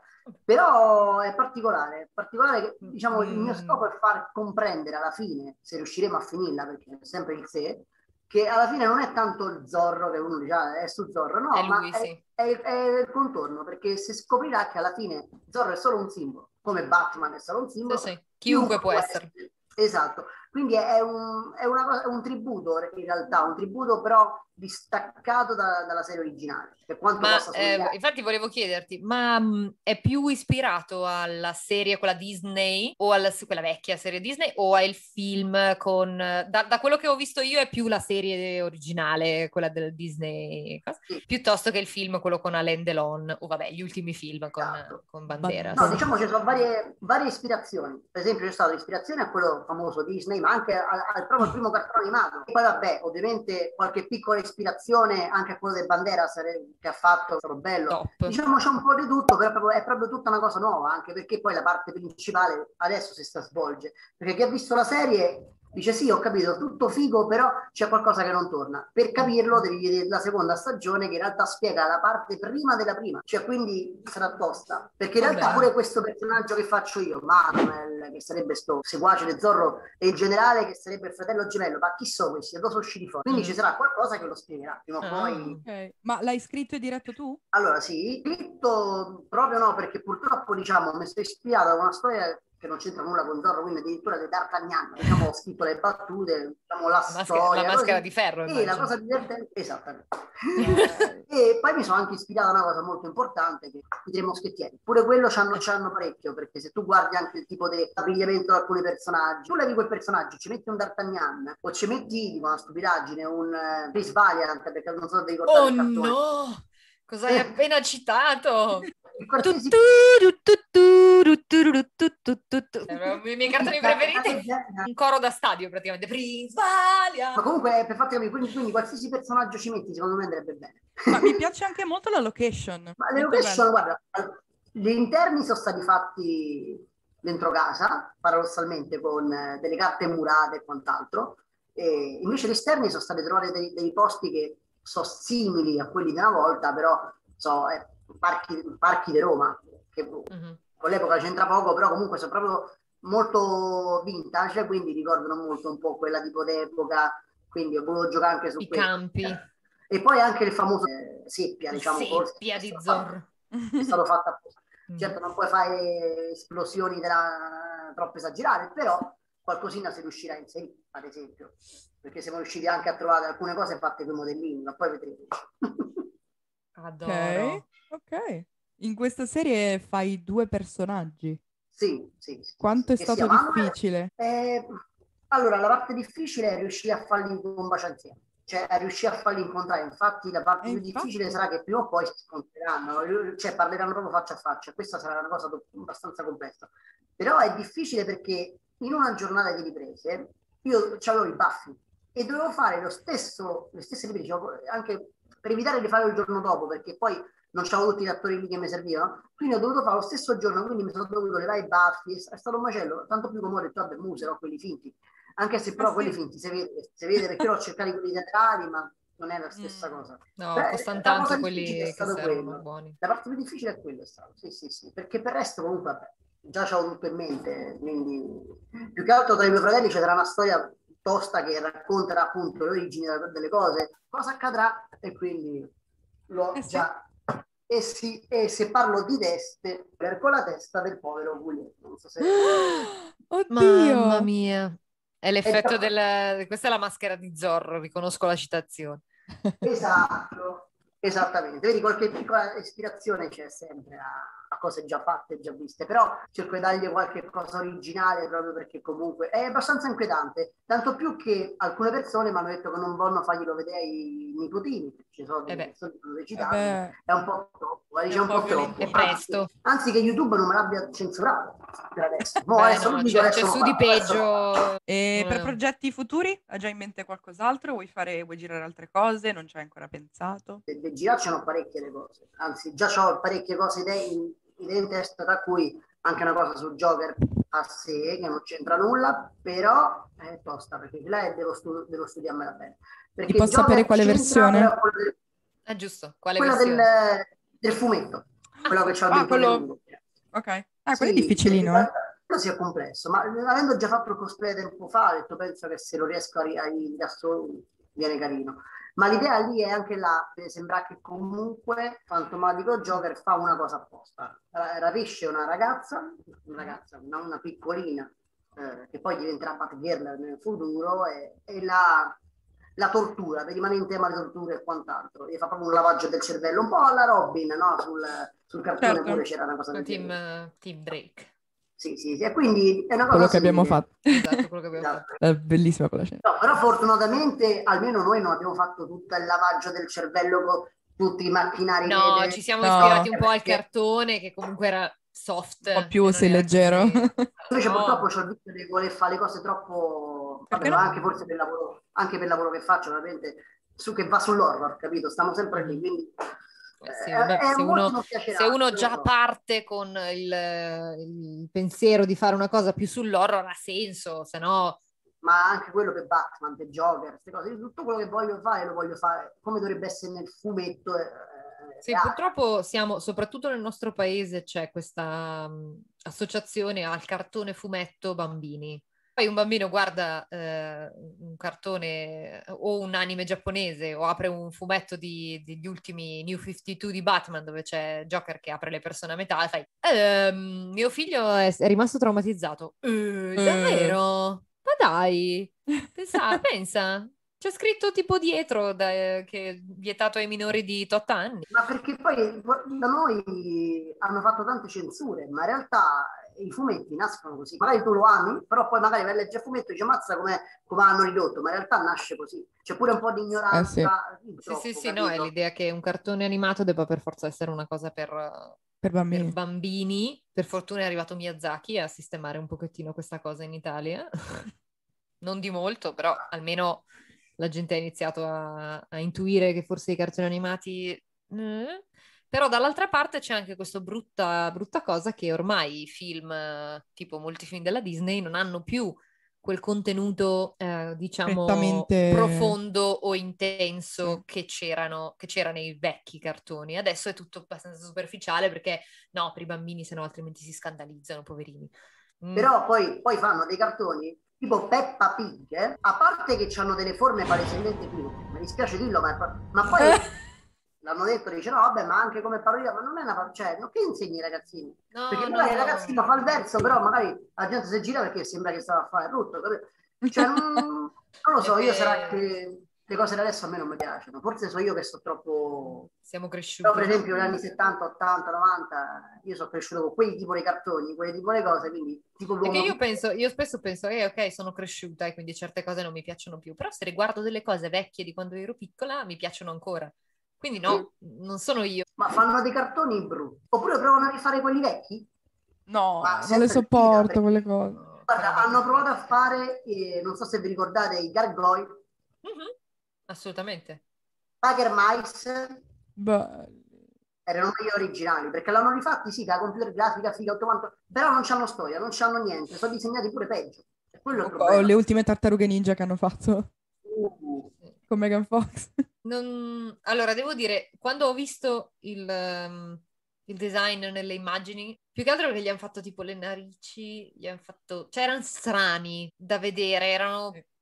però è particolare, è particolare che, diciamo, mm. il mio scopo è far comprendere alla fine, se riusciremo a finirla, perché è sempre il se, che alla fine non è tanto il Zorro che uno dice ah, è su Zorro, no, è lui, ma sì. è, è, è il contorno, perché si scoprirà che alla fine Zorro è solo un simbolo, come Batman è solo un simbolo. Sì, sì. Chiunque, chiunque può essere. essere. Esatto, quindi è un, è, una cosa, è un tributo in realtà, un tributo però distaccato da, dalla serie originale. Per quanto ma possa eh, infatti volevo chiederti, ma mh, è più ispirato alla serie, quella Disney, o alla quella vecchia serie Disney, o al film con... Da, da quello che ho visto io è più la serie originale, quella del Disney, sì. piuttosto che il film, quello con Alain Delon, o vabbè, gli ultimi film con, esatto. con Banderas. No, diciamo ci sono varie, varie ispirazioni. Per esempio c'è stata l'ispirazione a quello famoso Disney, ma anche al, al proprio il primo cartone animato. E poi vabbè, ovviamente qualche piccola ispirazione anche a quello del Banderas che ha fatto, è stato bello. Top. Diciamo c'è un po' di tutto, però è proprio, è proprio tutta una cosa nuova, anche perché poi la parte principale adesso si sta svolge. Perché chi ha visto la serie dice sì, ho capito, tutto figo, però c'è qualcosa che non torna. Per capirlo devi vedere la seconda stagione che in realtà spiega la parte prima della prima, cioè quindi sarà tosta. Perché in realtà pure questo personaggio che faccio io, Manuel, che sarebbe sto seguace di Zorro, e il generale che sarebbe il fratello gemello, ma chi sono questi? Da dove sono usciti fuori? Quindi mm. ci sarà qualcosa che lo spiegherà prima o ah, poi. Okay. Ma l'hai scritto e diretto tu? Allora sì, scritto proprio no, perché purtroppo diciamo mi sto ispirato a una storia che non c'entra nulla con Zorro, quindi addirittura di D'Artagnan, diciamo, ho scritto le battute, diciamo la, la storia. Maschera, la maschera di ferro, e la cosa divertente, esattamente. E poi mi sono anche ispirato a una cosa molto importante, che i Tre Moschettieri. Pure quello c'hanno, c'hanno parecchio, perché se tu guardi anche il tipo di abbigliamento di alcuni personaggi, tu levi quel personaggio, ci metti un D'Artagnan, o ci metti, dico una stupidaggine, un uh, Chris Valiant, perché non so se vi ricordate oh, il cartone. No! Cosa hai appena citato? Qualsiasi... I miei cartoni preferiti, un coro da stadio praticamente. Prisvalia. Ma comunque per farti capire, quindi, quindi qualsiasi personaggio ci metti secondo me andrebbe bene. Ma mi piace anche molto la location. Ma le location, guarda, gli interni sono stati fatti dentro casa, paradossalmente con delle carte murate e quant'altro, e invece gli esterni sono stati trovati dei, dei posti che sono simili a quelli di una volta, però so, eh, parchi, parchi di Roma, che uh-huh. con l'epoca c'entra poco, però comunque sono proprio molto vintage, quindi ricordano molto un po' quella tipo d'epoca, quindi ho voluto giocare anche su i quello. campi. E poi anche il famoso eh, seppia, diciamo, seppia di Zorro. È stato fatto apposta. Certo non puoi fare esplosioni della... troppo esagerate, però qualcosina si riuscirà a inserire, ad esempio, perché siamo riusciti anche a trovare alcune cose fatte con i modellini, ma poi vedrete. Adoro. Ok, ok. In questa serie fai due personaggi. Sì, sì. sì Quanto sì. è stato difficile? Eh, allora, la parte difficile è riuscire a farli combaciare insieme, cioè a riuscire a farli incontrare. Infatti la parte e più infatti... difficile sarà che prima o poi si scontreranno, cioè parleranno proprio faccia a faccia. Questa sarà una cosa abbastanza complessa. Però è difficile perché in una giornata di riprese io avevo i baffi e dovevo fare lo stesso, le stesse riprese, anche per evitare di farlo il giorno dopo, perché poi non c'avevo tutti gli attori lì che mi servivano, quindi ho dovuto fare lo stesso giorno, quindi mi sono dovuto levare i baffi, è stato un macello, tanto più come ho detto, vabbè, mu userò quelli finti, anche se però ah, quelli sì. finti si vede, si vede perché io ho cercato quelli teatrali, ma non è la stessa mm. cosa. No, Beh, costano tanto quelli che servono buoni. La parte più difficile è quello, è stato, sì, sì, sì, perché per il resto comunque, vabbè, già c'avevo tutto in mente, quindi più che altro tra i miei fratelli c'è una storia tosta che racconterà appunto le origini delle cose, cosa accadrà, e quindi l'ho eh sì. già E, si, e se parlo di teste, con la testa del povero Guglielmo. Non so se... Oddio! Mamma mia. È l'effetto È... del... Questa è la maschera di Zorro, riconosco la citazione. Esatto, esattamente. Vedi, qualche piccola ispirazione c'è sempre a, a cose già fatte e già viste, però cerco di dargli qualche cosa originale proprio perché comunque è abbastanza inquietante, tanto più che alcune persone mi hanno detto che non vogliono farglielo vedere ai nipotini, ci sono delle persone sollecitati, eh è un po' troppo, è, diciamo, un po' un po' troppo. È presto. Anzi, anzi che YouTube non me l'abbia censurato per adesso. Mo Beh, adesso no, dico, c'è, adesso c'è non su fa, di adesso peggio. E per Eh. progetti futuri? Hai già in mente qualcos'altro? Vuoi fare, vuoi girare altre cose? Non ci hai ancora pensato? De, de girarci c'hanno parecchie le cose, anzi già ho parecchie cose idee in, idee in testa, tra cui anche una cosa su Joker a sé, che non c'entra nulla, però è tosta, perché là devo, stu- devo studiarmela bene. Perché Ti posso sapere quale versione? Però quella del, Ah, giusto, quale quella del, versione? del fumetto, quello che c'ha il Ah, vincolo quello... lungo. Ok. Ah, quello Sì, è difficilino, eh? quello sia complesso, ma avendo già fatto il cosplay tempo fa, ho detto penso che se lo riesco a, ri- a ri- da solo viene carino. Ma l'idea lì è anche là, per sembra che comunque Fantomatico Joker fa una cosa apposta. Eh, Rapisce una ragazza, una ragazza, una, una piccolina, eh, che poi diventerà Batgirl nel futuro, e, e la, la tortura, per rimanere in tema di tortura e quant'altro. Gli fa proprio un lavaggio del cervello, un po' alla Robin, no? Sul, sul cartone Certo. pure c'era una cosa del Team, genere. team Drake. Sì, sì, sì, e quindi è una cosa Quello che abbiamo simile. fatto. Esatto, quello che abbiamo Esatto. fatto. È bellissima quella scena. No, però fortunatamente almeno noi non abbiamo fatto tutto il lavaggio del cervello con tutti i macchinari. No, che- ci siamo No. ispirati un po' al perché- cartone che comunque era soft. Un po' e più, non sei era leggero. così. Invece No. purtroppo c'ho il vizio di voler fare le cose troppo... Perché Vabbè, no? ma anche forse per lavoro, anche per il lavoro che faccio, ovviamente, su che va sull'horror, capito? Stiamo sempre lì, quindi... Eh sì, eh, vabbè, è se, molto uno, non piacerà, se uno lo già so. parte con il, il pensiero di fare una cosa più sull'horror ha senso, se no... Ma anche quello per Batman, per Joker, queste cose, tutto quello che voglio fare lo voglio fare come dovrebbe essere nel fumetto. Eh, Sì, purtroppo siamo, soprattutto nel nostro paese, c'è questa um, associazione al cartone fumetto bambini. Poi un bambino guarda eh, un cartone o un anime giapponese o apre un fumetto di, degli ultimi New cinquantadue di Batman dove c'è Joker che apre le persone a metà e fai ehm, mio figlio è, è rimasto traumatizzato. Eh, davvero? Ma dai, pensa, pensa. C'è scritto tipo dietro da, che è vietato ai minori di otto anni. Ma perché poi da noi hanno fatto tante censure, ma in realtà i fumetti nascono così. Magari tu lo ami, però poi magari vai a leggere il fumetto e dici mazza come, come hanno ridotto, ma in realtà nasce così. C'è pure un po' di ignoranza. Eh sì. Sì, sì, sì, no, è l'idea che un cartone animato debba per forza essere una cosa per, per, bambini. per bambini. Per fortuna è arrivato Miyazaki a sistemare un pochettino questa cosa in Italia. Non di molto, però almeno la gente ha iniziato a, a intuire che forse i cartoni animati... Eh. Però dall'altra parte c'è anche questa brutta, brutta cosa che ormai i film, tipo molti film della Disney, non hanno più quel contenuto, eh, diciamo, Prettamente... profondo o intenso sì. che c'erano, che c'era nei vecchi cartoni. Adesso è tutto abbastanza superficiale perché no, per i bambini, se no altrimenti si scandalizzano, poverini. Mm. Però poi, poi fanno dei cartoni tipo Peppa Pig, eh? A parte che hanno delle forme palesemente finte, mi dispiace dirlo, ma, ma poi l'hanno detto, dice no vabbè, ma anche come parodia, ma non è una parodia, cioè, non che insegni ai ragazzini? No, perché no, magari no. il ragazzino fa il verso, però magari la gente si gira perché sembra che stava a fare brutto, capito? Cioè, non, non lo so, io sarà che le cose da adesso a me non mi piacciono, forse so io che sto troppo... Siamo cresciuti. Però per esempio negli anni settanta, ottanta, novanta io sono cresciuto con quei tipo di cartoni, quelle tipo di cose, quindi tipo Perché l'uomo... io penso, io spesso penso, eh ok, sono cresciuta e quindi certe cose non mi piacciono più, però se riguardo delle cose vecchie di quando ero piccola mi piacciono ancora. Quindi no, sì. Non sono io. Ma fanno dei cartoni brutti. Oppure provano a rifare quelli vecchi? No, Ma non le sopporto perché... quelle cose. Guarda, hanno provato a fare, eh, non so se vi ricordate, i Gargoyle. Mm-hmm. Assolutamente. Tiger Mice. Beh... erano meglio originali, perché l'hanno rifatti, sì, con la computer grafica, figa, tutto quanto, però non c'hanno storia, non c'hanno niente, sono disegnati pure peggio. E quello è il problema. O le ultime tartarughe ninja che hanno fatto uh. con Megan Fox. Non... Allora, devo dire, quando ho visto il, um, il design nelle immagini, più che altro perché gli hanno fatto tipo le narici, gli hanno fatto... cioè erano strani da vedere, erano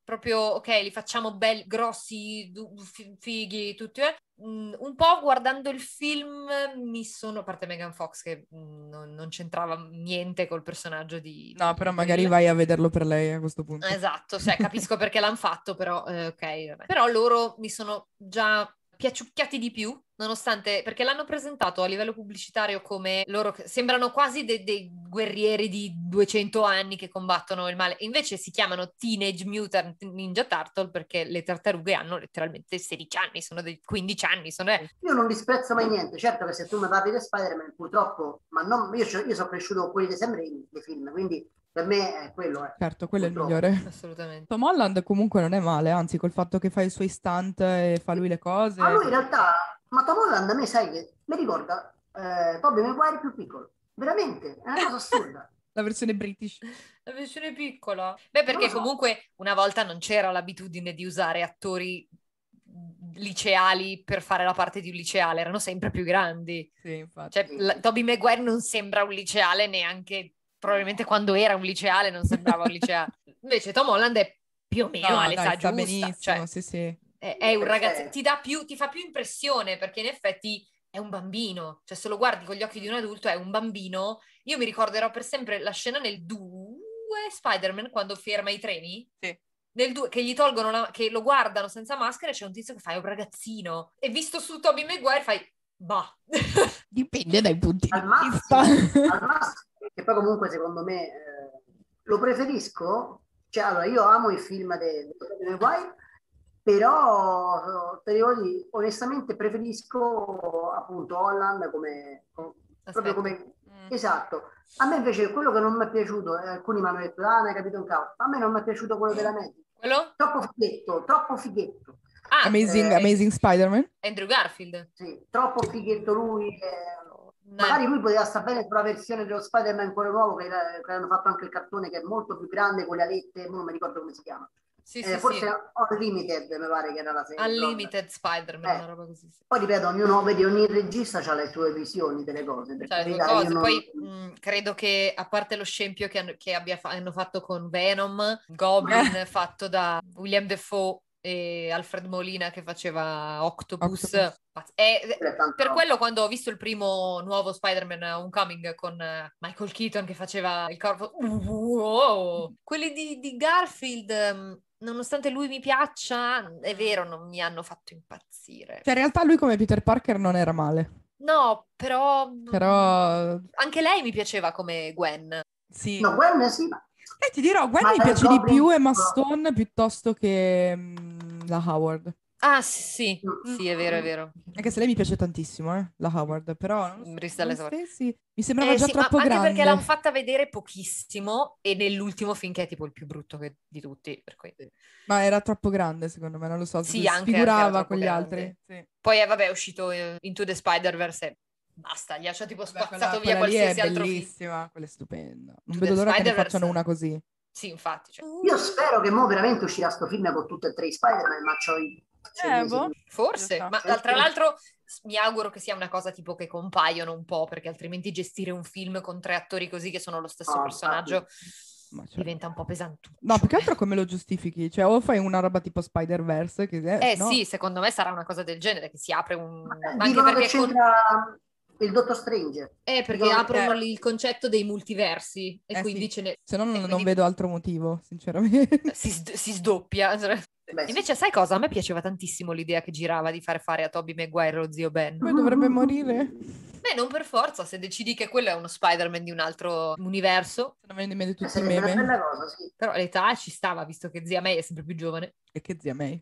proprio, ok, li facciamo belli, grossi, du- fi- fighi, tutti, eh. Mm, un po' guardando il film mi sono, a parte Megan Fox che mm, non, non c'entrava niente col personaggio di... No, di però magari Will. vai a vederlo per lei a questo punto. Esatto, cioè capisco perché l'hanno fatto, però eh, ok, vabbè. Però loro mi sono già piaciucchiati di più, nonostante, perché l'hanno presentato a livello pubblicitario come loro che sembrano quasi dei, dei guerrieri di duecento anni che combattono il male, invece si chiamano Teenage Mutant Ninja Turtle perché le tartarughe hanno letteralmente sedici anni, sono dei quindici anni, sono... Io non disprezzo mai niente, certo che se tu mi parli di Spider-Man purtroppo, ma non, io, io sono cresciuto con quelli di Sam Raimi, dei film, quindi per me è quello. Eh. Certo, quello purtroppo. è il migliore. Assolutamente. Tom Holland comunque non è male, anzi col fatto che fa i suoi stunt e fa lui le cose. Ma lui in realtà, ma Tom Holland a me sai che mi ricorda eh, Tobey Maguire più piccolo, veramente, è una cosa assurda. La versione British. La versione piccola. Beh, perché so. Comunque una volta non c'era l'abitudine di usare attori liceali per fare la parte di un liceale, erano sempre più grandi. Sì, infatti. Cioè, la, Tobey Maguire non sembra un liceale neanche, probabilmente quando era un liceale non sembrava un liceale. Invece Tom Holland è più o meno no, all'età dai, sta giusta. benissimo, Cioè, sì, sì. È, è un ragazzo, ti dà più, ti fa più impressione perché in effetti è un bambino, cioè se lo guardi con gli occhi di un adulto è un bambino. Io mi ricorderò per sempre la scena nel due Spider-Man quando ferma i treni. Sì. Nel due, che gli tolgono la, che lo guardano senza maschera e c'è un tizio che fa, è un ragazzino. E visto su Tobey Maguire fai, bah. Dipende dai punti al di massimo, vista. al massimo, che poi comunque secondo me eh, lo preferisco, cioè allora io amo i film di Tobey Maguire, però te devo dire, onestamente preferisco appunto Holland come, come proprio come mm. esatto. A me invece quello che non mi è piaciuto, eh, alcuni mi hanno detto ah, non hai capito un cavolo, a me non mi è piaciuto quello della Magic. Quello? Troppo fighetto, troppo fighetto. Ah, Amazing, eh, Amazing Spider-Man? Andrew Garfield. Sì, troppo fighetto lui. Eh, magari lui poteva stare bene sulla versione dello Spider-Man quello nuovo che, che hanno fatto anche il cartone, che è molto più grande con le alette, non mi ricordo come si chiama. Sì, eh, sì, forse sì. Unlimited mi pare che era la serie. Unlimited Spider-Man, eh. una roba così. Sì. Poi ripeto, ognuno, vedi, ogni regista ha le sue visioni delle cose. Cioè, due cose. Non... Poi mh, credo che, a parte lo scempio che, hanno, che abbia fa- hanno fatto con Venom, Goblin eh. fatto da William Dafoe e Alfred Molina che faceva Octopus. Octopus. E, per quello quando ho visto il primo nuovo Spider-Man Homecoming con Michael Keaton che faceva il corpo... Wow. Quelli di, di Garfield... Mh, nonostante lui mi piaccia, è vero, non mi hanno fatto impazzire. Cioè, in realtà lui come Peter Parker non era male. No, però... Però... Anche lei mi piaceva come Gwen. Sì. No, Gwen sì, ma... Eh, ti dirò, Gwen ma mi piace di più Emma Stone piuttosto che mh, la Howard. Ah, sì, sì, è vero, è vero. Anche se lei mi piace tantissimo, eh, la Howard, però non so, stessi, mi sembrava eh, già sì, troppo ma grande. Anche perché l'hanno fatta vedere pochissimo e nell'ultimo film che è tipo il più brutto che, di tutti, per cui... Ma era troppo grande, secondo me, non lo so, sì, si anche, sfigurava anche con gli grande. altri. Sì. Poi, eh, vabbè, è uscito Into the Spider-Verse e basta, gli ha tipo spazzato Beh, quella, via quella qualsiasi lì è altro film. Bellissima, quella è stupenda. Non Into vedo l'ora che ne facciano una così. Sì, infatti. Cioè. Io spero che mo veramente uscirà sto film con tutte e tre i Spider-Man, ma c'ho i... Eh, boh. Forse, ma tra l'altro mi auguro che sia una cosa tipo che compaiono un po', perché altrimenti gestire un film con tre attori così che sono lo stesso oh, personaggio ma certo. diventa un po' pesante. No, più che altro come lo giustifichi? Cioè o fai una roba tipo Spider-Verse che è, Eh no? sì, secondo me sarà una cosa del genere, che si apre un... Ma, ma anche perché che c'entra con... il Dottor Strange. Eh, perché dicono aprono che... il concetto dei multiversi e eh quindi sì. ce ne... Se no non, quindi... non vedo altro motivo, sinceramente. Si, si sdoppia. Beh, invece sì. Sai cosa? A me piaceva tantissimo l'idea che girava di fare fare a Tobey Maguire lo zio Ben. Poi dovrebbe morire. Beh, non per forza, se decidi che quello è uno Spider-Man di un altro universo. Se non vedi tutti i meme. Una bella cosa, sì. Però l'età ci stava, visto che zia May è sempre più giovane. E che zia May?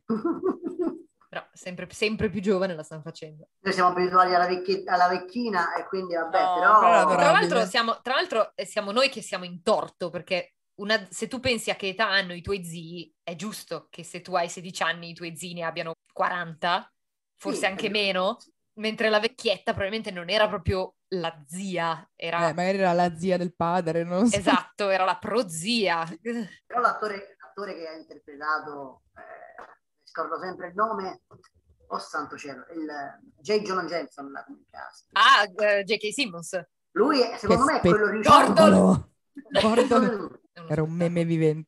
Però sempre, sempre più giovane la stanno facendo. Noi siamo abituati alla, vecchi- alla vecchina e quindi vabbè, no, però... però tra l'altro, siamo, tra l'altro siamo noi che siamo in torto, perché una, se tu pensi a che età hanno i tuoi zii, è giusto che se tu hai sedici anni i tuoi zii ne abbiano quaranta, forse sì, anche meno, mentre la vecchietta probabilmente non era proprio la zia, era... Eh, magari era la zia del padre, non lo so. Esatto, era la prozia. Però l'attore, l'attore che ha interpretato, eh, scordo sempre il nome, oh santo cielo, il J. Jonah Jameson. Ah, uh, J K. Simmons. Lui, secondo che me, è quello riuscito... Gordon! Gordon era un meme vivente.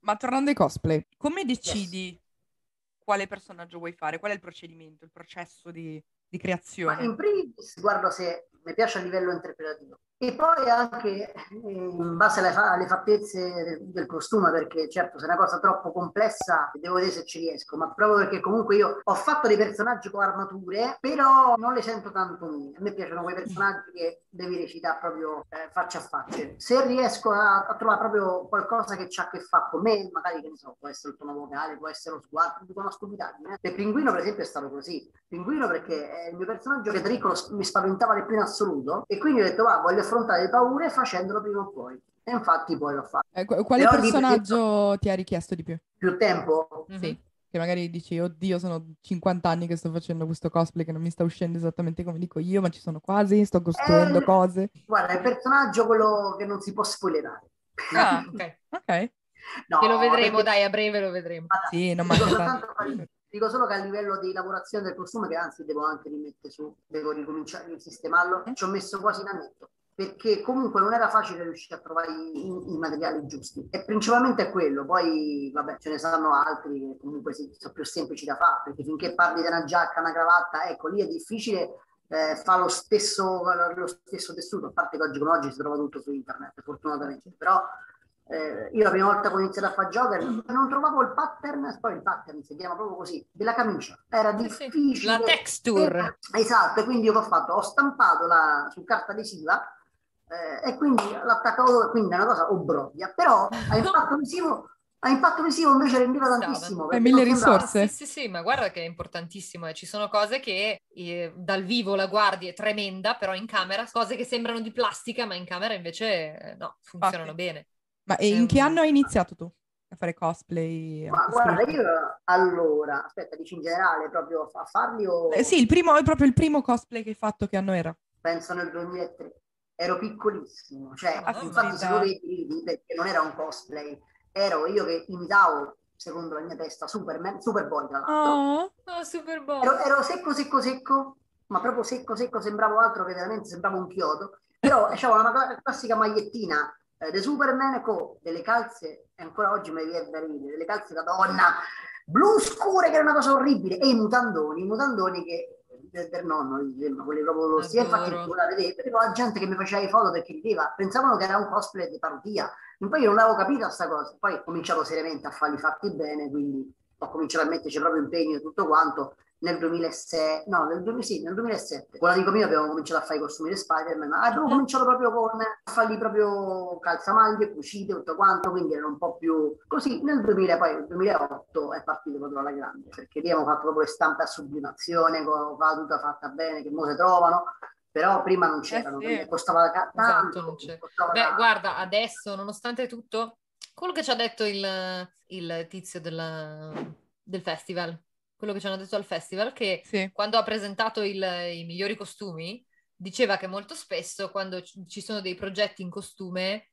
Ma tornando ai cosplay, come decidi yes. quale personaggio vuoi fare? Qual è il procedimento, il processo di, di creazione? Ma in primis guardo se mi piace a livello interpretativo e poi anche eh, in base alle, fa- alle fattezze del, del costume, perché certo se è una cosa troppo complessa devo vedere se ci riesco, ma proprio perché comunque io ho fatto dei personaggi con armature, però non le sento tanto mie. A me piacciono quei personaggi che devi recitare proprio eh, faccia a faccia. Se riesco a, a trovare proprio qualcosa che c'ha a che fare con me, magari che ne so, può essere il tono vocale, può essere lo sguardo, dico una stupidaggine. Per Pinguino per esempio è stato così. Pinguino perché è il mio personaggio che da piccolo mi spaventava di più in assoluto e quindi ho detto va, voglio affrontare le paure facendolo prima o poi. E infatti poi l'ho fatto. Eh, quale Però personaggio lì, ti ha richiesto di più? Più tempo? Mm-hmm. Sì. Che magari dici, oddio, sono cinquanta anni che sto facendo questo cosplay che non mi sta uscendo esattamente come dico io, ma ci sono quasi, sto costruendo eh, cose. Guarda, il personaggio quello che non si può spoilerare. Ah, ok. Ok. No, che lo vedremo, perché... dai, a breve lo vedremo. Allora, sì, non dico, soltanto, dico solo che a livello di lavorazione del costume, che anzi devo anche rimettere su, devo ricominciare a sistemarlo, mm. ci ho messo quasi un annetto. Perché comunque non era facile riuscire a trovare i, i materiali giusti e principalmente è quello, poi vabbè ce ne saranno altri che comunque sì, sono più semplici da fare, perché finché parli di una giacca, una cravatta, ecco lì è difficile eh, fare lo stesso, lo stesso tessuto, a parte che oggi come oggi si trova tutto su internet fortunatamente, però eh, io la prima volta che ho iniziato a fare Joker non trovavo il pattern, poi il pattern si chiama proprio così, della camicia, era difficile. La texture. E, esatto, quindi io che ho fatto? Ho stampato la, su carta adesiva Eh, e quindi l'attaccavo, quindi è una cosa obbrobbia, però a impatto visivo, a impatto visivo invece rendeva tantissimo. Hai mille risorse. Sì, sì, sì, ma guarda che è importantissimo. Eh. Ci sono cose che eh, dal vivo la guardi è tremenda, però in camera, cose che sembrano di plastica, ma in camera invece eh, no, funzionano okay. bene. Ma e in un... che anno hai iniziato tu a fare cosplay? Ma guarda, io allora, aspetta, dici in generale proprio a farli o... Eh, sì, il primo, è proprio il primo cosplay che hai fatto, che anno era? Penso nel duemilatré. Ero piccolissimo, cioè ah, infatti se lo vedi, perché non era un cosplay, ero io che imitavo, secondo la mia testa, Superman, Superboy tra l'altro. Oh, oh Superboy. Ero, ero secco, secco, secco, ma proprio secco, secco, sembravo altro che veramente sembrava un chiodo, però avevo una classica magliettina eh, di Superman con delle calze, e ancora oggi mi viene da ridere, delle calze da donna, blu scure, che era una cosa orribile, e i mutandoni, i mutandoni che... Del, del nonno, ma quelli proprio lo stile, infatti la vedevo, vedevo la gente che mi faceva le foto perché rideva, pensavano che era un cosplay di parodia, e poi io non avevo capito questa cosa, poi ho cominciato seriamente a farli fatti bene, quindi ho cominciato a metterci proprio impegno e tutto quanto. Nel duemilasei, no, nel, duemila, sì, nel duemilasette, con l'amico mio abbiamo cominciato a fare i costumi di Spider-Man, ma abbiamo cominciato proprio con a farli proprio calzamaglie, cucite, tutto quanto, quindi erano un po' più così. Nel duemila, poi nel duemilaotto è partito proprio alla grande, perché lì abbiamo fatto proprio le stampe a sublimazione, con la tuta fatta bene, che mo si trovano, però prima non c'erano, eh sì. costava tanto. Esatto, non c'è. Costava Beh, tanto. guarda, adesso, nonostante tutto, quello che ci ha detto il, il tizio della, del festival, quello che ci hanno detto al festival, che sì. Quando ha presentato il, i migliori costumi, diceva che molto spesso quando ci sono dei progetti in costume,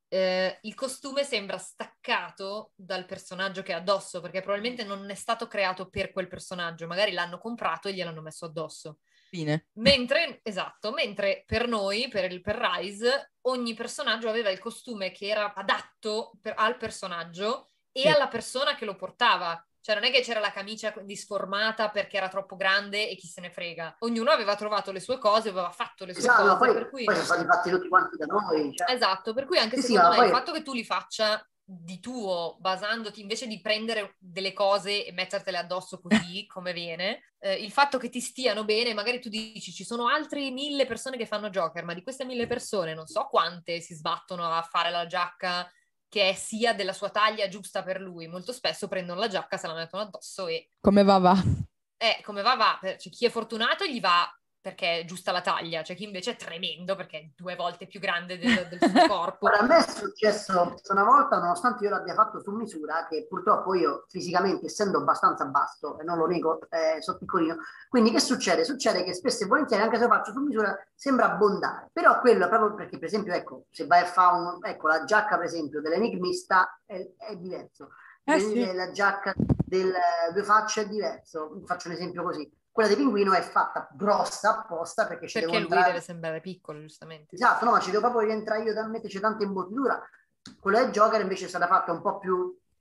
eh, il costume sembra staccato dal personaggio che è addosso, perché probabilmente non è stato creato per quel personaggio, magari l'hanno comprato e gliel'hanno messo addosso. Fine. Mentre, esatto, mentre per noi, per, il, per Rise, ogni personaggio aveva il costume che era adatto per, al personaggio e sì. alla persona che lo portava. Cioè non è che c'era la camicia disformata perché era troppo grande e chi se ne frega. Ognuno aveva trovato le sue cose, aveva fatto le sue esatto, cose. Poi, per cui... poi sono stati fatti tutti quanti da noi. Cioè. Esatto, per cui anche sì, secondo sì, me poi... il fatto che tu li faccia di tuo, basandoti, invece di prendere delle cose e mettertele addosso così come viene, eh, il fatto che ti stiano bene, magari tu dici ci sono altri mille persone che fanno Joker, ma di queste mille persone non so quante si sbattono a fare la giacca che è sia della sua taglia giusta per lui. Molto spesso prendono la giacca, se la mettono addosso e... Come va va. Eh, come va va. Cioè, chi è fortunato gli va perché è giusta la taglia, cioè chi invece è tremendo perché è due volte più grande del, del suo corpo. Ora, a me è successo una volta, nonostante io l'abbia fatto su misura, che purtroppo io fisicamente, essendo abbastanza basso, e non lo nego, eh, sono piccolino, quindi che succede? Succede che spesso e volentieri, anche se lo faccio su misura, sembra abbondare, però quello è proprio perché, per esempio, ecco, se vai a fare un, ecco, la giacca, per esempio, dell'enigmista è, è diverso, eh sì. la giacca del due facce è diverso, faccio un esempio così. Quella di Pinguino è fatta grossa apposta perché ci perché devo lui entrare... deve sembrare piccolo, giustamente. Esatto, no, ma ci devo proprio rientrare io da metterci tanta imbottitura. Quella del Joker invece è stata fatta un po' più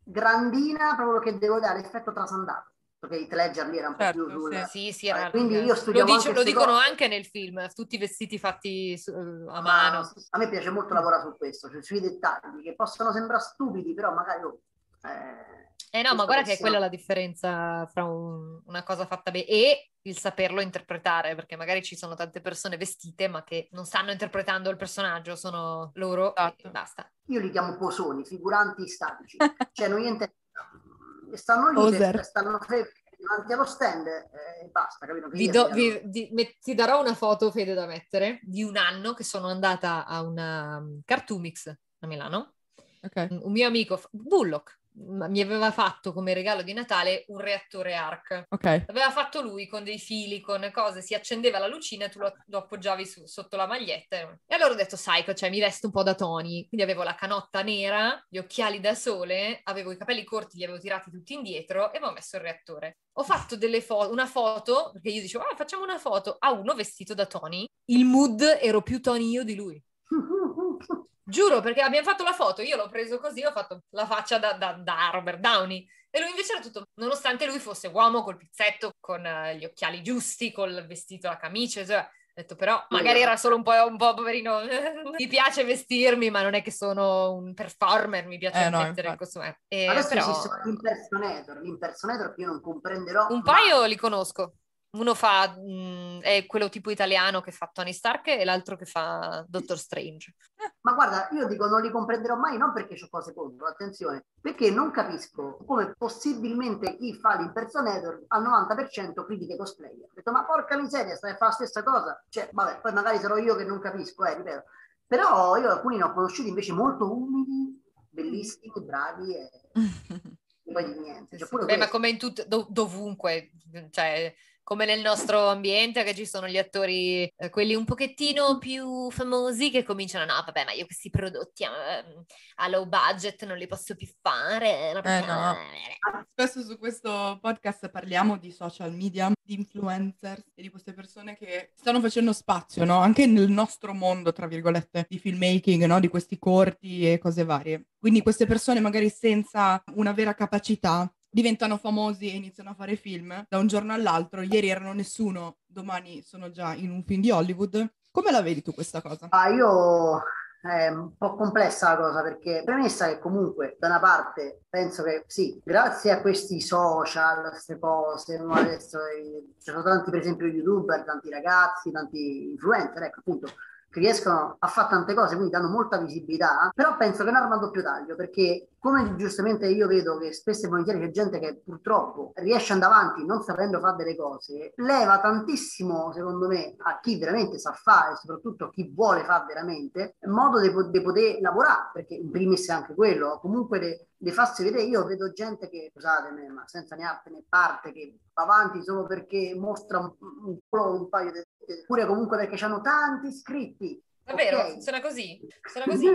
grandina, proprio che devo dare l'effetto trasandato. Perché Heath Ledger lì era un certo, po' più sul... Sì, sì, era... Quindi io studiavo lo, dice, anche lo dicono cose. anche nel film, tutti vestiti fatti su, a Ma mano. a me piace molto lavorare su questo, cioè sui dettagli che possono sembrare stupidi, però magari... Oh, eh, Eh no, ma guarda che è quella la differenza fra un, una cosa fatta bene e il saperlo interpretare, perché magari ci sono tante persone vestite ma che non stanno interpretando il personaggio, sono loro esatto. E basta. Io li chiamo posoni, figuranti statici, cioè non niente, stanno lì, che stanno davanti allo stand e eh, basta, capito? Vi do, vi, di, met, ti darò una foto, Fede, da mettere, di un anno che sono andata a una um, Cartoomix a Milano. Okay. Un, un mio amico, Bullock, mi aveva fatto come regalo di Natale un reattore ARC. Okay. L'aveva fatto lui con dei fili, con cose, si accendeva la lucina e tu lo, lo appoggiavi su, sotto la maglietta. E allora ho detto, sai, cioè mi vesto un po' da Tony. Quindi avevo la canotta nera, gli occhiali da sole, avevo i capelli corti, li avevo tirati tutti indietro e avevo messo il reattore. Ho fatto delle fo- una foto, perché io dicevo, ah, facciamo una foto, a uno vestito da Tony. Il mood ero più Tony io di lui. Giuro, perché abbiamo fatto la foto, io l'ho preso così, ho fatto la faccia da, da, da Robert Downey e lui invece era tutto, nonostante lui fosse uomo col pizzetto, con uh, gli occhiali giusti, col vestito, la camicia, cioè, ho detto però magari era solo un po', un po' poverino, mi piace vestirmi ma non è che sono un performer, mi piace eh, no, mettere il costume. Eh, Adesso però... esistono l'impersonator, l'impersonator che io non comprenderò Un paio mai. Li conosco. Uno fa, mh, è quello tipo italiano che fa Tony Stark e l'altro che fa Doctor Strange. Ma guarda, io dico non li comprenderò mai, non perché ho cose contro, attenzione, perché non capisco come possibilmente chi fa l'impersonator al novanta per cento critiche cosplayer. Ho detto, ma porca miseria, stai a fare la stessa cosa? Cioè, vabbè, poi magari sarò io che non capisco, eh, ripeto. Però io alcuni ne ho conosciuti invece molto umili, bellissimi, bravi e... e poi di niente. Cioè, sì, beh, ma come in tutto, dov- dovunque, cioè... come nel nostro ambiente che ci sono gli attori, eh, quelli un pochettino più famosi che cominciano, no vabbè ma io questi prodotti a, a low budget non li posso più fare. Eh no. Spesso su questo podcast parliamo di social media, di influencer e di queste persone che stanno facendo spazio, no? Anche nel nostro mondo, tra virgolette, di filmmaking, no? Di questi corti e cose varie. Quindi queste persone magari senza una vera capacità diventano famosi e iniziano a fare film da un giorno all'altro. Ieri erano nessuno, domani sono già in un film di Hollywood. Come la vedi tu questa cosa? Ah, io è un po' complessa la cosa, perché premessa che comunque da una parte penso che sì, grazie a questi social, queste cose, adesso ci sono tanti per esempio youtuber, tanti ragazzi, tanti influencer, ecco appunto, che riescono a fare tante cose, quindi danno molta visibilità, però penso che è un'arma a doppio taglio, perché come giustamente io vedo che spesso e volentieri c'è gente che purtroppo riesce ad andare avanti non sapendo fare delle cose, leva tantissimo, secondo me, a chi veramente sa fare, soprattutto a chi vuole fare veramente, in modo di poter lavorare, perché in primis è anche quello, comunque le, le farsi vedere. Io vedo gente che, scusatemi, ma senza né arte né parte, che va avanti solo perché mostra un, un, un paio di... oppure comunque perché hanno tanti iscritti. Davvero? Okay. Funziona così? Funziona così?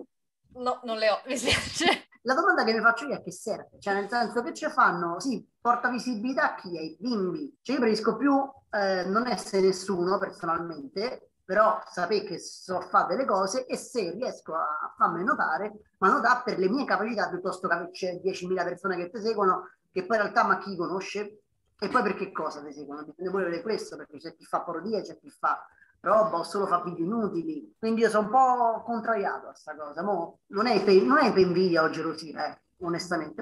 No, non le ho, mi spiace. La domanda che mi faccio io è che serve? Cioè, nel senso che ci fanno, sì, porta visibilità a chi? Ai bimbi. Cioè, io preferisco più eh, non essere nessuno personalmente, però sapere che so fare delle cose e se riesco a farmi notare, ma notare per le mie capacità piuttosto che c'è diecimila persone che ti seguono, che poi in realtà ma chi conosce? E poi per che cosa ti seguono? Dipende pure da questo, perché c'è chi fa parodie, c'è chi fa roba o solo fa video inutili, quindi io sono un po' contrariato a questa cosa. Mo non è per, non è per invidia o gelosia, eh, onestamente.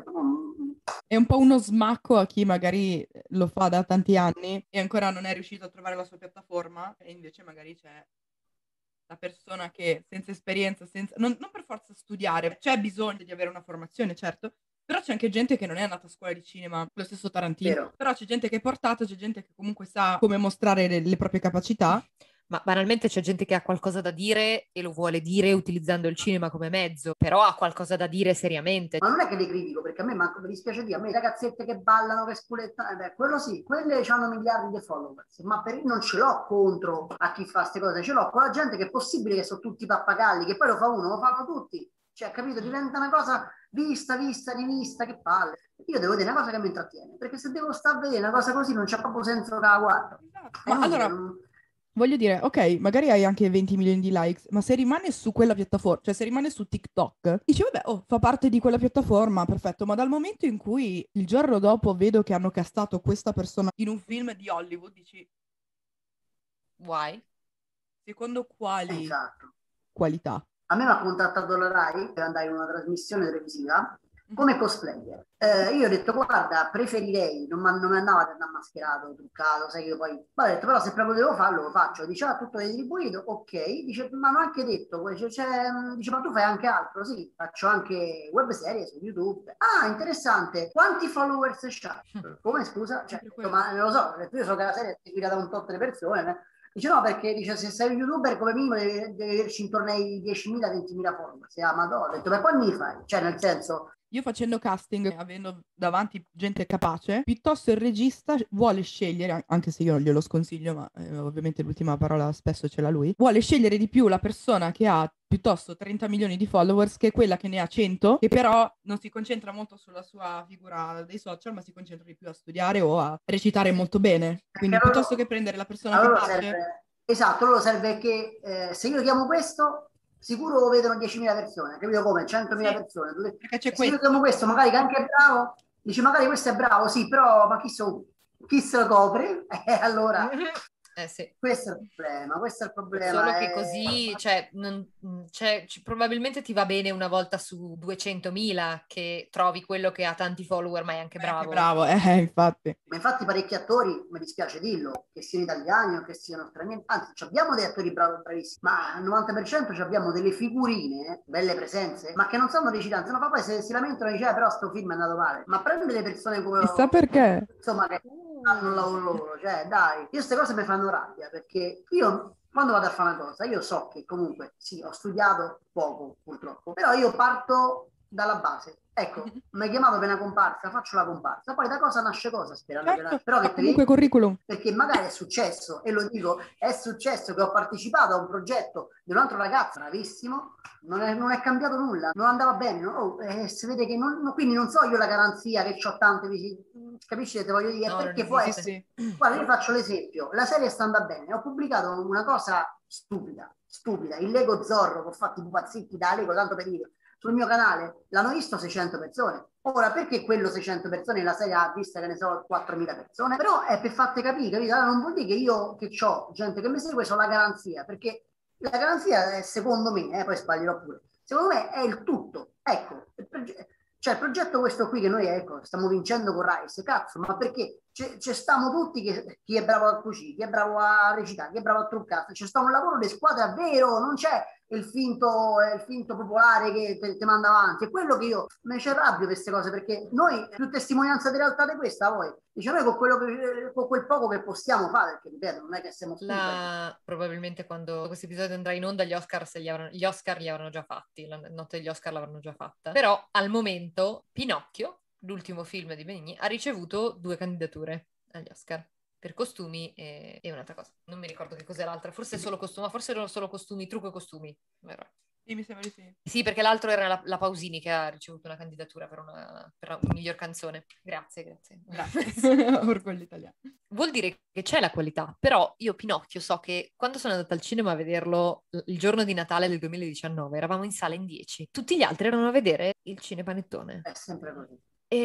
È un po' uno smacco a chi magari lo fa da tanti anni e ancora non è riuscito a trovare la sua piattaforma, e invece magari c'è la persona che senza esperienza, senza non, non per forza studiare, c'è bisogno di avere una formazione, certo, però c'è anche gente che non è andata a scuola di cinema, lo stesso Tarantino. Vero. Però c'è gente che è portata, c'è gente che comunque sa come mostrare le, le proprie capacità. Ma banalmente c'è gente che ha qualcosa da dire e lo vuole dire utilizzando il cinema come mezzo, però ha qualcosa da dire seriamente. Ma non è che le critico, perché a me manco mi dispiace dire, a me ragazzette che ballano, che spulettano, eh beh, quello sì, quelle hanno miliardi di followers, ma per non ce l'ho contro a chi fa queste cose, ce l'ho con la gente che è possibile che sono tutti pappagalli, che poi lo fa uno, lo fanno tutti. Cioè, capito? Diventa una cosa vista, vista, rivista, che palle. Io devo dire una cosa che mi intrattiene, perché se devo stare a vedere una cosa così non c'è proprio senso che la guardo. Esatto. Ma allora... Non... voglio dire, ok, magari hai anche venti milioni di likes, ma se rimane su quella piattaforma, cioè se rimane su TikTok, dici vabbè, oh, fa parte di quella piattaforma, perfetto, ma dal momento in cui il giorno dopo vedo che hanno castato questa persona in un film di Hollywood, dici why? Secondo quali Esatto. qualità? A me mi ha contattato la Rai per andare in una trasmissione televisiva come cosplayer. Eh, io ho detto, guarda, preferirei, non, non mi andava da mascherato, truccato, sai che io poi... Ma ho detto, però se proprio devo farlo, lo faccio. Dice, ah, tutto retribuito, ok. Dice, ma hanno anche detto, dice, dice, ma tu fai anche altro? Sì, faccio anche web serie su YouTube. Ah, interessante. Quanti followers c'hai? Come, scusa? Cioè, detto, ma non lo so, io so che la serie è seguita da un tot di persone, eh. Dice no, perché dice, se sei un youtuber come minimo devi, devi averci intorno ai diecimila ventimila follower. Se ah, madonna, ho detto, ma quando li fai? Cioè, nel senso... Io facendo casting, avendo davanti gente capace, piuttosto il regista vuole scegliere, anche se io non glielo sconsiglio, ma eh, ovviamente l'ultima parola spesso ce l'ha lui, vuole scegliere di più la persona che ha piuttosto trenta milioni di followers che quella che ne ha cento, che però non si concentra molto sulla sua figura dei social, ma si concentra di più a studiare o a recitare molto bene. Quindi allora, piuttosto che prendere la persona allora capace... serve, esatto, allora serve che eh, se io chiamo questo, sicuro lo vedono diecimila persone, capito come? centomila sì, persone. perché c'è Se questo. io chiamo questo, magari che anche è bravo, dice magari questo è bravo, sì, però ma chi, so, chi se lo copre? E eh, allora... Eh sì. Questo è il problema, questo è il problema. Solo che è... così, cioè, non, cioè, c- probabilmente ti va bene una volta su duecentomila che trovi quello che ha tanti follower ma è anche bravo. È anche bravo, eh, infatti. Ma infatti parecchi attori, mi dispiace dirlo, che siano italiani o che siano stranieri, anzi abbiamo dei attori bravi, bravissimi, ma al novanta per cento abbiamo delle figurine, belle presenze, ma che non sanno recitare, se no poi se si lamentano e dice eh, però sto film è andato male, ma prende le persone come... Chissà perché. Insomma, che hanno un lavoro loro, cioè dai, io queste cose mi fanno rabbia, perché io quando vado a fare una cosa, io so che comunque sì, ho studiato poco purtroppo, però io parto dalla base. Ecco, mi hai chiamato per una comparsa, faccio la comparsa, poi da cosa nasce cosa, sperando Certo, che la... però che comunque te... curriculum. Perché magari è successo, e lo dico, è successo che ho partecipato a un progetto di un altro ragazzo bravissimo, non è, non è cambiato nulla, non andava bene, no? Oh, eh, si vede che non, no, quindi non so io la garanzia che ho tante visite, capisci che te voglio dire? No, Perché può essere... Sì. Guarda, io faccio l'esempio, la serie sta andando bene, ho pubblicato una cosa stupida, stupida, il Lego Zorro, che ho fatto i pupazzetti da Lego, tanto per dire, sul mio canale l'hanno visto seicento persone. Ora, perché quello seicento persone la serie ha vista, che ne so, quattromila persone? Però è per farti capire, capito? Allora, non vuol dire che io, che ho gente che mi segue, ho la garanzia, perché la garanzia è, secondo me, eh, poi sbaglierò pure, secondo me è il tutto. Ecco, il proge- cioè il progetto questo qui che noi, ecco, stiamo vincendo con Rice, cazzo, ma perché ci stiamo tutti, che, chi è bravo a cucire, chi è bravo a recitare, chi è bravo a truccare, c'è sta un lavoro di squadra vero, non c'è il finto, il finto popolare che te, te manda avanti. È quello che io me ci arrabbio per queste cose, perché noi più testimonianza di realtà di questa voi. Dice noi con, quello che, con quel poco che possiamo fare, perché ripeto, non è che siamo stupidi. La... Probabilmente quando questo episodio andrà in onda gli Oscar, se li avranno... gli Oscar li avranno già fatti, la notte degli Oscar l'avranno già fatta. Però al momento Pinocchio, l'ultimo film di Benigni, ha ricevuto due candidature agli Oscar. Per costumi e, e un'altra cosa. Non mi ricordo che cos'è l'altra, forse solo costumi, forse erano solo costumi, trucco e costumi. Vero? Sì, mi sembra di sì. Sì, perché l'altro era la, la Pausini che ha ricevuto una candidatura per una, per una miglior canzone. Grazie, grazie. Grazie. Orgoglio italiano. Vuol dire che c'è la qualità, però io Pinocchio so che quando sono andata al cinema a vederlo il giorno di Natale del duemiladiciannove, eravamo in sala in dieci, tutti gli altri erano a vedere il cinepanettone. È sempre così.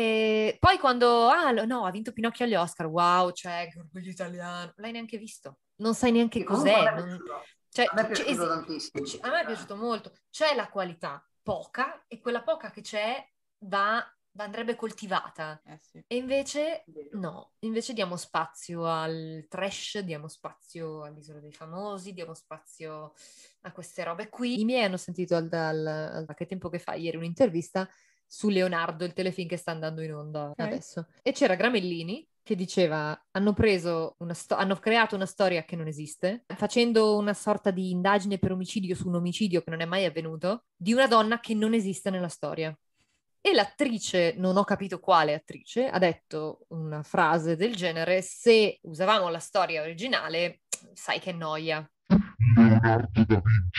E poi quando, ah no, ha vinto Pinocchio agli Oscar, wow, cioè, che orgoglio italiano, l'hai neanche visto, non sai neanche Che cos'è. comunque Non... Cioè, a me è piaciuto es- tantissimo. a me è piaciuto molto, c'è la qualità, poca, e quella poca che c'è va, andrebbe coltivata. Eh sì. E invece no, invece diamo spazio al trash, diamo spazio all'Isola dei Famosi, diamo spazio a queste robe qui. I miei hanno sentito al, dal, al, che tempo che fa, ieri, un'intervista su Leonardo, il telefilm che sta andando in onda okay. adesso. E c'era Gramellini che diceva, hanno preso una sto- hanno creato una storia che non esiste, facendo una sorta di indagine per omicidio su un omicidio che non è mai avvenuto, di una donna che non esiste nella storia. E l'attrice, non ho capito quale attrice, ha detto una frase del genere: se usavamo la storia originale, sai che noia. Leonardo da Vinci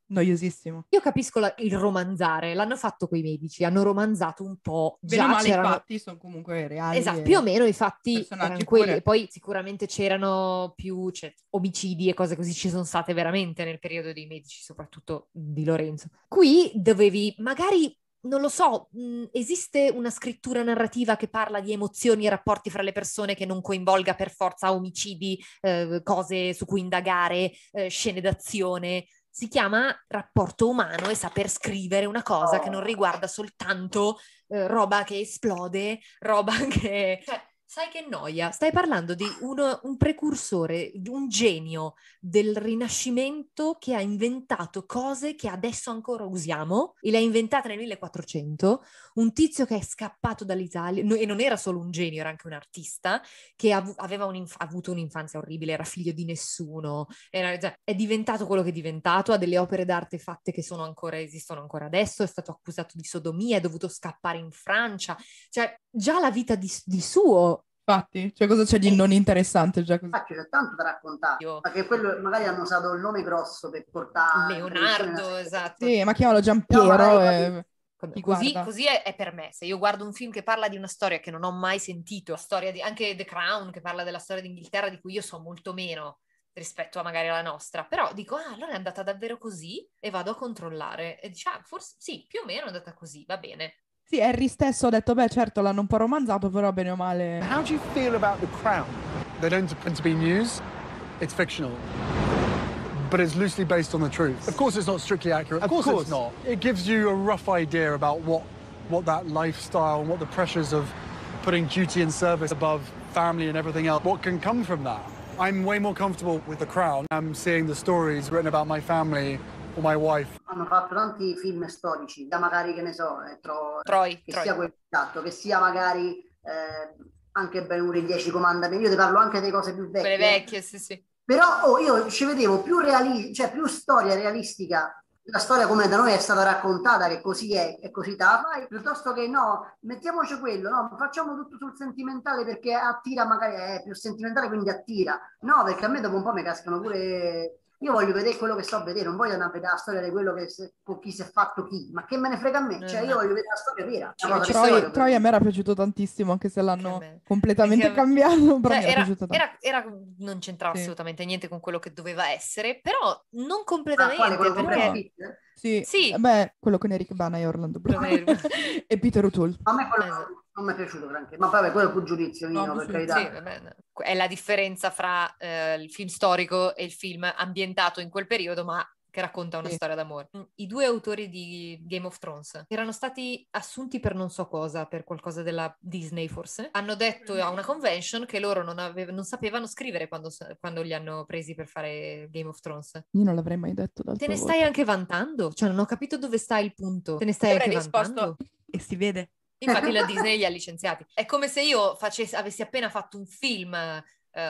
noiosissimo. Io capisco la, il romanzare, l'hanno fatto quei medici, hanno romanzato un po'. Bene o Già male c'erano... i fatti sono comunque reali. Esatto, più o meno i fatti erano quelli, pure. e poi sicuramente c'erano più cioè, omicidi e cose così, ci sono state veramente nel periodo dei medici, soprattutto di Lorenzo. Qui dovevi magari... Non lo so, mh, esiste una scrittura narrativa che parla di emozioni e rapporti fra le persone che non coinvolga per forza omicidi, eh, cose su cui indagare, eh, scene d'azione. Si chiama rapporto umano e saper scrivere una cosa che non riguarda soltanto eh, roba che esplode, roba che... Cioè, sai che noia? Stai parlando di uno, un precursore, di un genio del Rinascimento che ha inventato cose che adesso ancora usiamo e le ha inventate nel millequattrocento, un tizio che è scappato dall'Italia, no, e non era solo un genio, era anche un artista, che ha, aveva un ha avuto un'infanzia orribile, era figlio di nessuno, era, cioè, è diventato quello che è diventato, ha delle opere d'arte fatte che sono ancora, esistono ancora adesso, è stato accusato di sodomia, è dovuto scappare in Francia, cioè già la vita di, di suo. Infatti, cioè cosa c'è di non interessante già così? Infatti c'è tanto da raccontare, Io. Perché quello magari hanno usato il nome grosso per portare... Leonardo, esatto. Sì, ma chiamalo Giampiero No, e... Così, così è, è per me. Se io guardo un film che parla di una storia che non ho mai sentito, la storia di, anche The Crown, che parla della storia d'Inghilterra, di cui io so molto meno rispetto a magari alla nostra, però dico, ah, allora è andata davvero così? E vado a controllare. E dico, ah, forse sì, più o meno è andata così, va bene. Sì, Harry stesso ha detto, beh, certo, l'hanno un po' romanzato, però bene o male... How do you feel about The Crown? They don't pretend to be news. It's fictional. But it's loosely based on the truth. Of course it's not strictly accurate. Of, of course, course it's not. It gives you a rough idea about what, what that lifestyle and what the pressures of putting duty and service above family and everything else, what can come from that. I'm way more comfortable with The Crown. I'm seeing the stories written about my family or my wife. Hanno fatto tanti film storici, da magari, che ne so, eh, tro... Troy, che Troy. sia quel esatto, che sia magari eh, anche Ben Hur, i Dieci Comandamenti. Io ti parlo anche delle cose più vecchie. Quelle vecchie, sì, sì. Però oh, io ci vedevo più reali- cioè più storia realistica, la storia come da noi è stata raccontata, che così è e così te la fai, piuttosto che no, mettiamoci quello, no, facciamo tutto sul sentimentale perché attira, magari è più sentimentale quindi attira, no, perché a me dopo un po' mi cascano pure... Io voglio vedere quello che so a vedere, non voglio andare a vedere la storia di quello che se, con chi si è fatto chi, ma che me ne frega a me, cioè io voglio vedere la storia vera. Cioè, Troy, Troy a me era piaciuto tantissimo, anche se l'hanno completamente perché, cambiato, però cioè, mi era, era, era, era, non c'entrava sì. assolutamente niente con quello che doveva essere, però non completamente. Ah, quale, perché... Sì, sì. Beh, quello con Eric Bana e Orlando Bloom e Peter O'Toole. A me quello esatto. non mi è piaciuto granché, ma vabbè, quello è un giudizio mio, no, per sì, carità. Sì, vabbè, è la differenza fra eh, il film storico e il film ambientato in quel periodo, ma che racconta una sì. storia d'amore. I due autori di Game of Thrones erano stati assunti per non so cosa, per qualcosa della Disney forse, hanno detto a una convention che loro non, ave- non sapevano scrivere quando, quando li hanno presi per fare Game of Thrones. Io non l'avrei mai detto dal Te ne tuo stai voto. anche vantando? Cioè non ho capito dove sta il punto. Te ne stai anche vantando? E si vede. Infatti la Disney li ha licenziati. È come se io facessi, avessi appena fatto un film uh,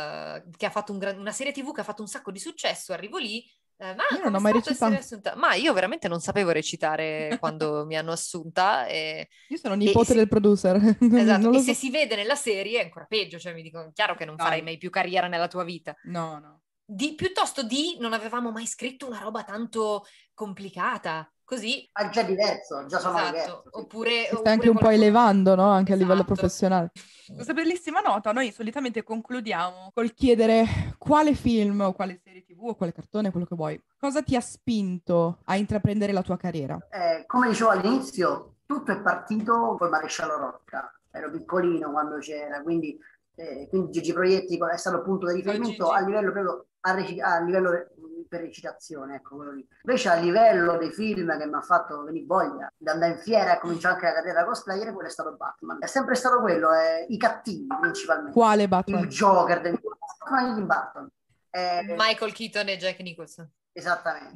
che ha fatto un gran, una serie tivù che ha fatto un sacco di successo, arrivo lì uh, ma io non ho mai recitato. Ma io veramente non sapevo recitare quando mi hanno assunta e, io sono nipote e del producer. Esatto, e so. se si vede nella serie è ancora peggio, cioè mi dicono chiaro che non Dai. farai mai più carriera nella tua vita. No, no. Di, piuttosto di non avevamo mai scritto una roba tanto complicata. Così è già diverso, già sono esatto. diverso. Sì. Oppure, si sta oppure anche un qualcuno... po' elevando, no? Anche esatto. a livello professionale. Questa bellissima nota noi solitamente concludiamo col chiedere quale film o quale serie tivù o quale cartone, quello che vuoi, cosa ti ha spinto a intraprendere la tua carriera? Eh, come dicevo all'inizio, tutto è partito col Maresciallo Rocca. Ero piccolino quando c'era, quindi, eh, quindi Gigi Proietti è stato il punto di riferimento a livello proprio a, rec- a livello per recitazione, ecco quello lì. Invece a livello dei film che mi ha fatto venire voglia di andare in fiera e cominciare anche la carriera cosplayer, quello è stato Batman. È sempre stato quello, eh, i cattivi principalmente. Quale Batman? Il Joker del Batman di Burton. Eh, Michael Keaton e Jack Nicholson. Esattamente.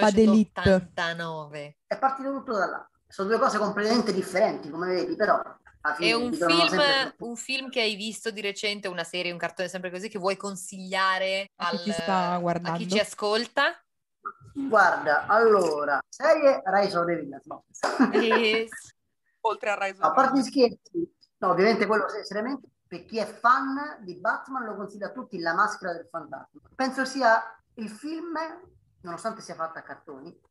millenovecentottantanove. È partito tutto da là. Sono due cose completamente differenti, come vedi, però è un film, sempre... un film che hai visto di recente, una serie, un cartone sempre così, che vuoi consigliare al, a chi ci sta guardando, a chi ci ascolta? Guarda, allora, serie Rise of the Villains, no. E... oltre a Rise of the no, a parte gli scherzi, no, ovviamente quello seriamente, per chi è fan di Batman lo considera a tutti La Maschera del Fantasma. Penso sia il film, nonostante sia fatto a cartoni,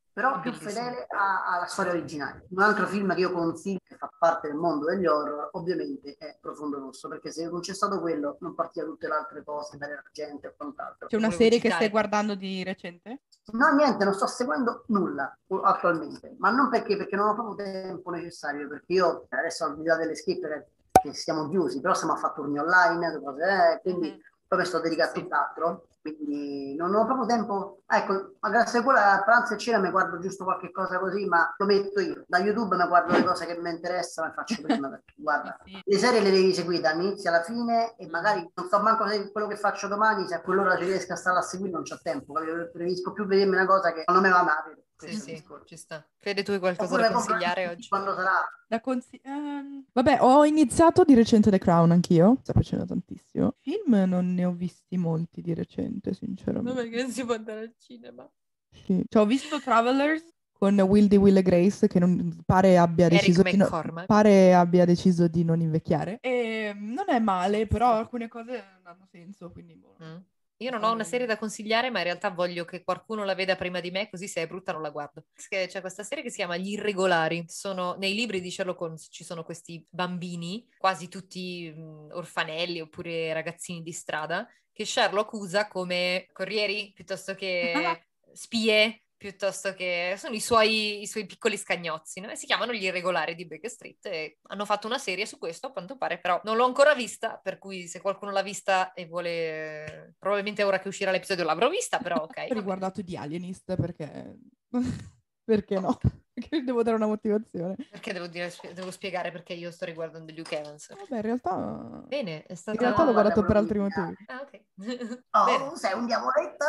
però più fedele a- alla storia originale. Un altro film che io consiglio, che fa parte del mondo degli horror, ovviamente è Profondo Rosso, perché se non c'è stato quello non partiva tutte le altre cose, Dario Argento e quant'altro. C'è una Volevo serie che citare. stai guardando di recente? No, niente, non sto seguendo nulla attualmente, ma non perché, perché non ho proprio tempo necessario, perché io adesso al di là delle skip che siamo chiusi, però stiamo a fare turni online, cose, eh, quindi Mm-hmm. poi mi sto dedicato a tutt'altro, quindi non ho proprio tempo. Ecco, magari se quella a pranzo e cena mi guardo giusto qualche cosa così, ma lo metto io. Da YouTube mi guardo le cose che mi interessano e faccio prima, perché guarda, Sì, sì. le serie le devi seguire dall'inizio alla fine e magari non so manco se quello che faccio domani, se a quell'ora ci riesco a stare a seguire non c'ho tempo, capito? Preferisco più vedermi una cosa che non mi va male. Sì, sì, ci sta. Fede, tu hai qualcosa Oppure da consigliare oggi? Quando sarà? Da consi- ehm, Vabbè, ho iniziato di recente The Crown anch'io, sta piacendo tantissimo. Film non ne ho visti molti di recente, sinceramente. No, perché non si può andare al cinema. Sì. Cioè, ho visto Travelers con Will di Will e Grace, che non pare abbia Eric deciso di no- McCormack. pare abbia deciso di non invecchiare. E non è male, però alcune cose non hanno senso, quindi boh. Mm. Io non ho una serie da consigliare, ma in realtà voglio che qualcuno la veda prima di me, così se è brutta non la guardo. C'è questa serie che si chiama Gli Irregolari. Sono, nei libri di Sherlock Holmes ci sono questi bambini, quasi tutti mh, orfanelli oppure ragazzini di strada, che Sherlock usa come corrieri piuttosto che spie, piuttosto che sono i suoi, i suoi piccoli scagnozzi, no? E si chiamano Gli Irregolari di Baker Street e hanno fatto una serie su questo, a quanto pare, però non l'ho ancora vista, per cui se qualcuno l'ha vista e vuole, probabilmente ora che uscirà l'episodio l'avrò vista, però ok. Ho riguardato The Alienist perché... perché no? Perché devo dare una motivazione. Perché devo, dire, devo spiegare perché io sto riguardando Luke Evans. Vabbè, in realtà... Bene, è stata... In realtà l'ho guardato per altri motivi. Ah, ok. Oh, Bene. sei un diavoletto?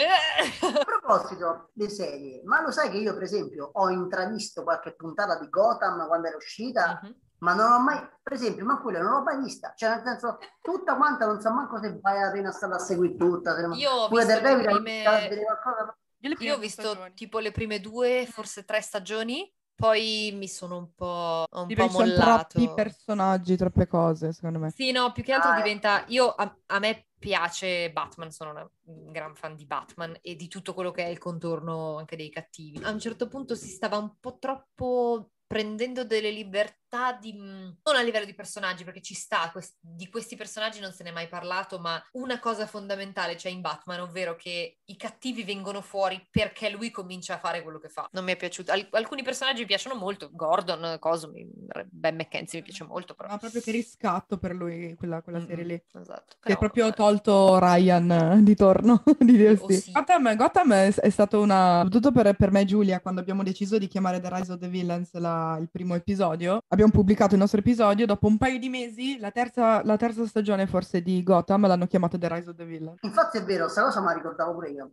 A proposito di serie, ma lo sai che io per esempio ho intravisto qualche puntata di Gotham quando era uscita, Mhm. ma non ho mai, per esempio, ma quella non l'ho mai vista, cioè nel senso, tutta quanta non so manco se vale la pena stare a seguire tutta, se non- Io ho pure visto del le David prime- a vedere qualcosa. Io, le Io prime ho due visto stagioni. tipo le prime due, forse tre stagioni, poi mi sono un po', un Sì, po' perché ci sono mollato. troppi personaggi, troppe cose, secondo me. Sì, no, più che altro Ah, diventa... Io, a, a me piace Batman, sono una, un gran fan di Batman e di tutto quello che è il contorno anche dei cattivi. A un certo punto si stava un po' troppo prendendo delle libertà di... non a livello di personaggi, perché ci sta, quest- di questi personaggi non se n'è mai parlato, ma una cosa fondamentale c'è in Batman, ovvero che i cattivi vengono fuori perché lui comincia a fare quello che fa. Non mi è piaciuto. Al- alcuni personaggi mi piacciono molto, Gordon, Coso, mi- Ben McKenzie mi piace molto, però... Ma proprio che riscatto per lui quella, quella Mm-mm, serie lì. esatto. Che è Però, proprio eh, tolto Ryan eh, di torno di D L C. oh sì. Gotham, Gotham è, è stato una... Soprattutto per, per me e Giulia, quando abbiamo deciso di chiamare The Rise of the Villains la- il primo episodio, abbiamo pubblicato il nostro episodio, dopo un paio di mesi, la terza, la terza stagione forse di Gotham l'hanno chiamato The Rise of the Villains. Infatti è vero, sta cosa me la ricordavo pure io.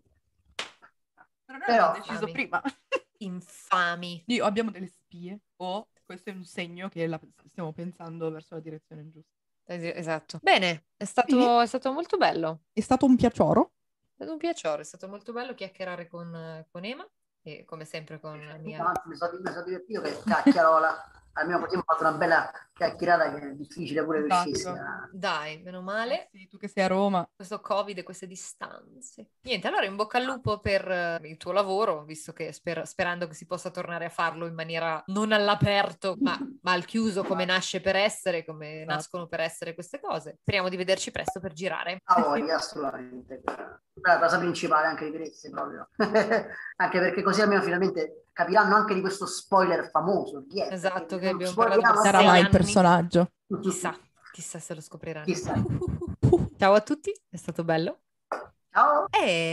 Però noi Però- abbiamo deciso Infami. prima. Infami. Io abbiamo delle spie, o questo è un segno che la- stiamo pensando verso la direzione giusta. Es- Esatto. Bene, è stato, Sì. è stato molto bello. È stato un piaccioro. È stato un piacere, è stato molto bello chiacchierare con, con Ema e come sempre con la mia... Anzi, mi sono mi sono divertito che cacchiarola, almeno così ho fatto una bella chiacchierata che è difficile pure Esatto. riuscisse a... Dai, meno male. Sì, tu che sei a Roma. Questo Covid e queste distanze. Niente, allora in bocca al lupo per eh, il tuo lavoro, visto che sper- sperando che si possa tornare a farlo in maniera non all'aperto, ma, ma al chiuso, come nasce per essere, come Esatto. nascono per essere queste cose. Speriamo di vederci presto per girare. Ah, voglia, assolutamente. È la cosa principale anche di Grezze proprio. Anche perché così almeno finalmente capiranno anche di questo spoiler famoso. Chi è? Esatto, Perché che non abbiamo spoileriamo parlato per Sarà sei mai il anni. personaggio. Chissà, chissà se lo scopriranno. Chissà. Ciao a tutti, è stato bello. Ciao.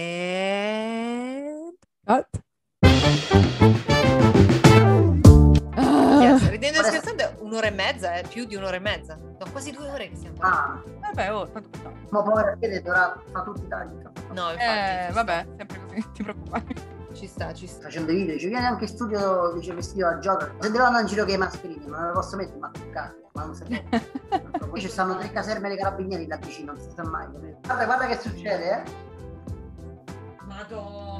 E... Cut. Yes, Ah, ridendo e scherzando, un'ora e mezza, è più di un'ora e mezza. No, quasi due ore che stiamo parlando. Ah, vabbè, oh, tanto contento. ma povera Fede dovrà fare tutti i tagli. No, infatti, Eh, ci, vabbè, sempre così, ti preoccupare. sta, ci sta, ci sta. Facendo i video, dice vieni anche in studio, dice vestito da gioco. Se devo andare in giro con le mascherine, ma non le posso mettere, ma toccate, ma non si può. Poi ci stanno tre caserme dei carabinieri là vicino, non si sa mai. Guarda, guarda che succede, eh. Madonna.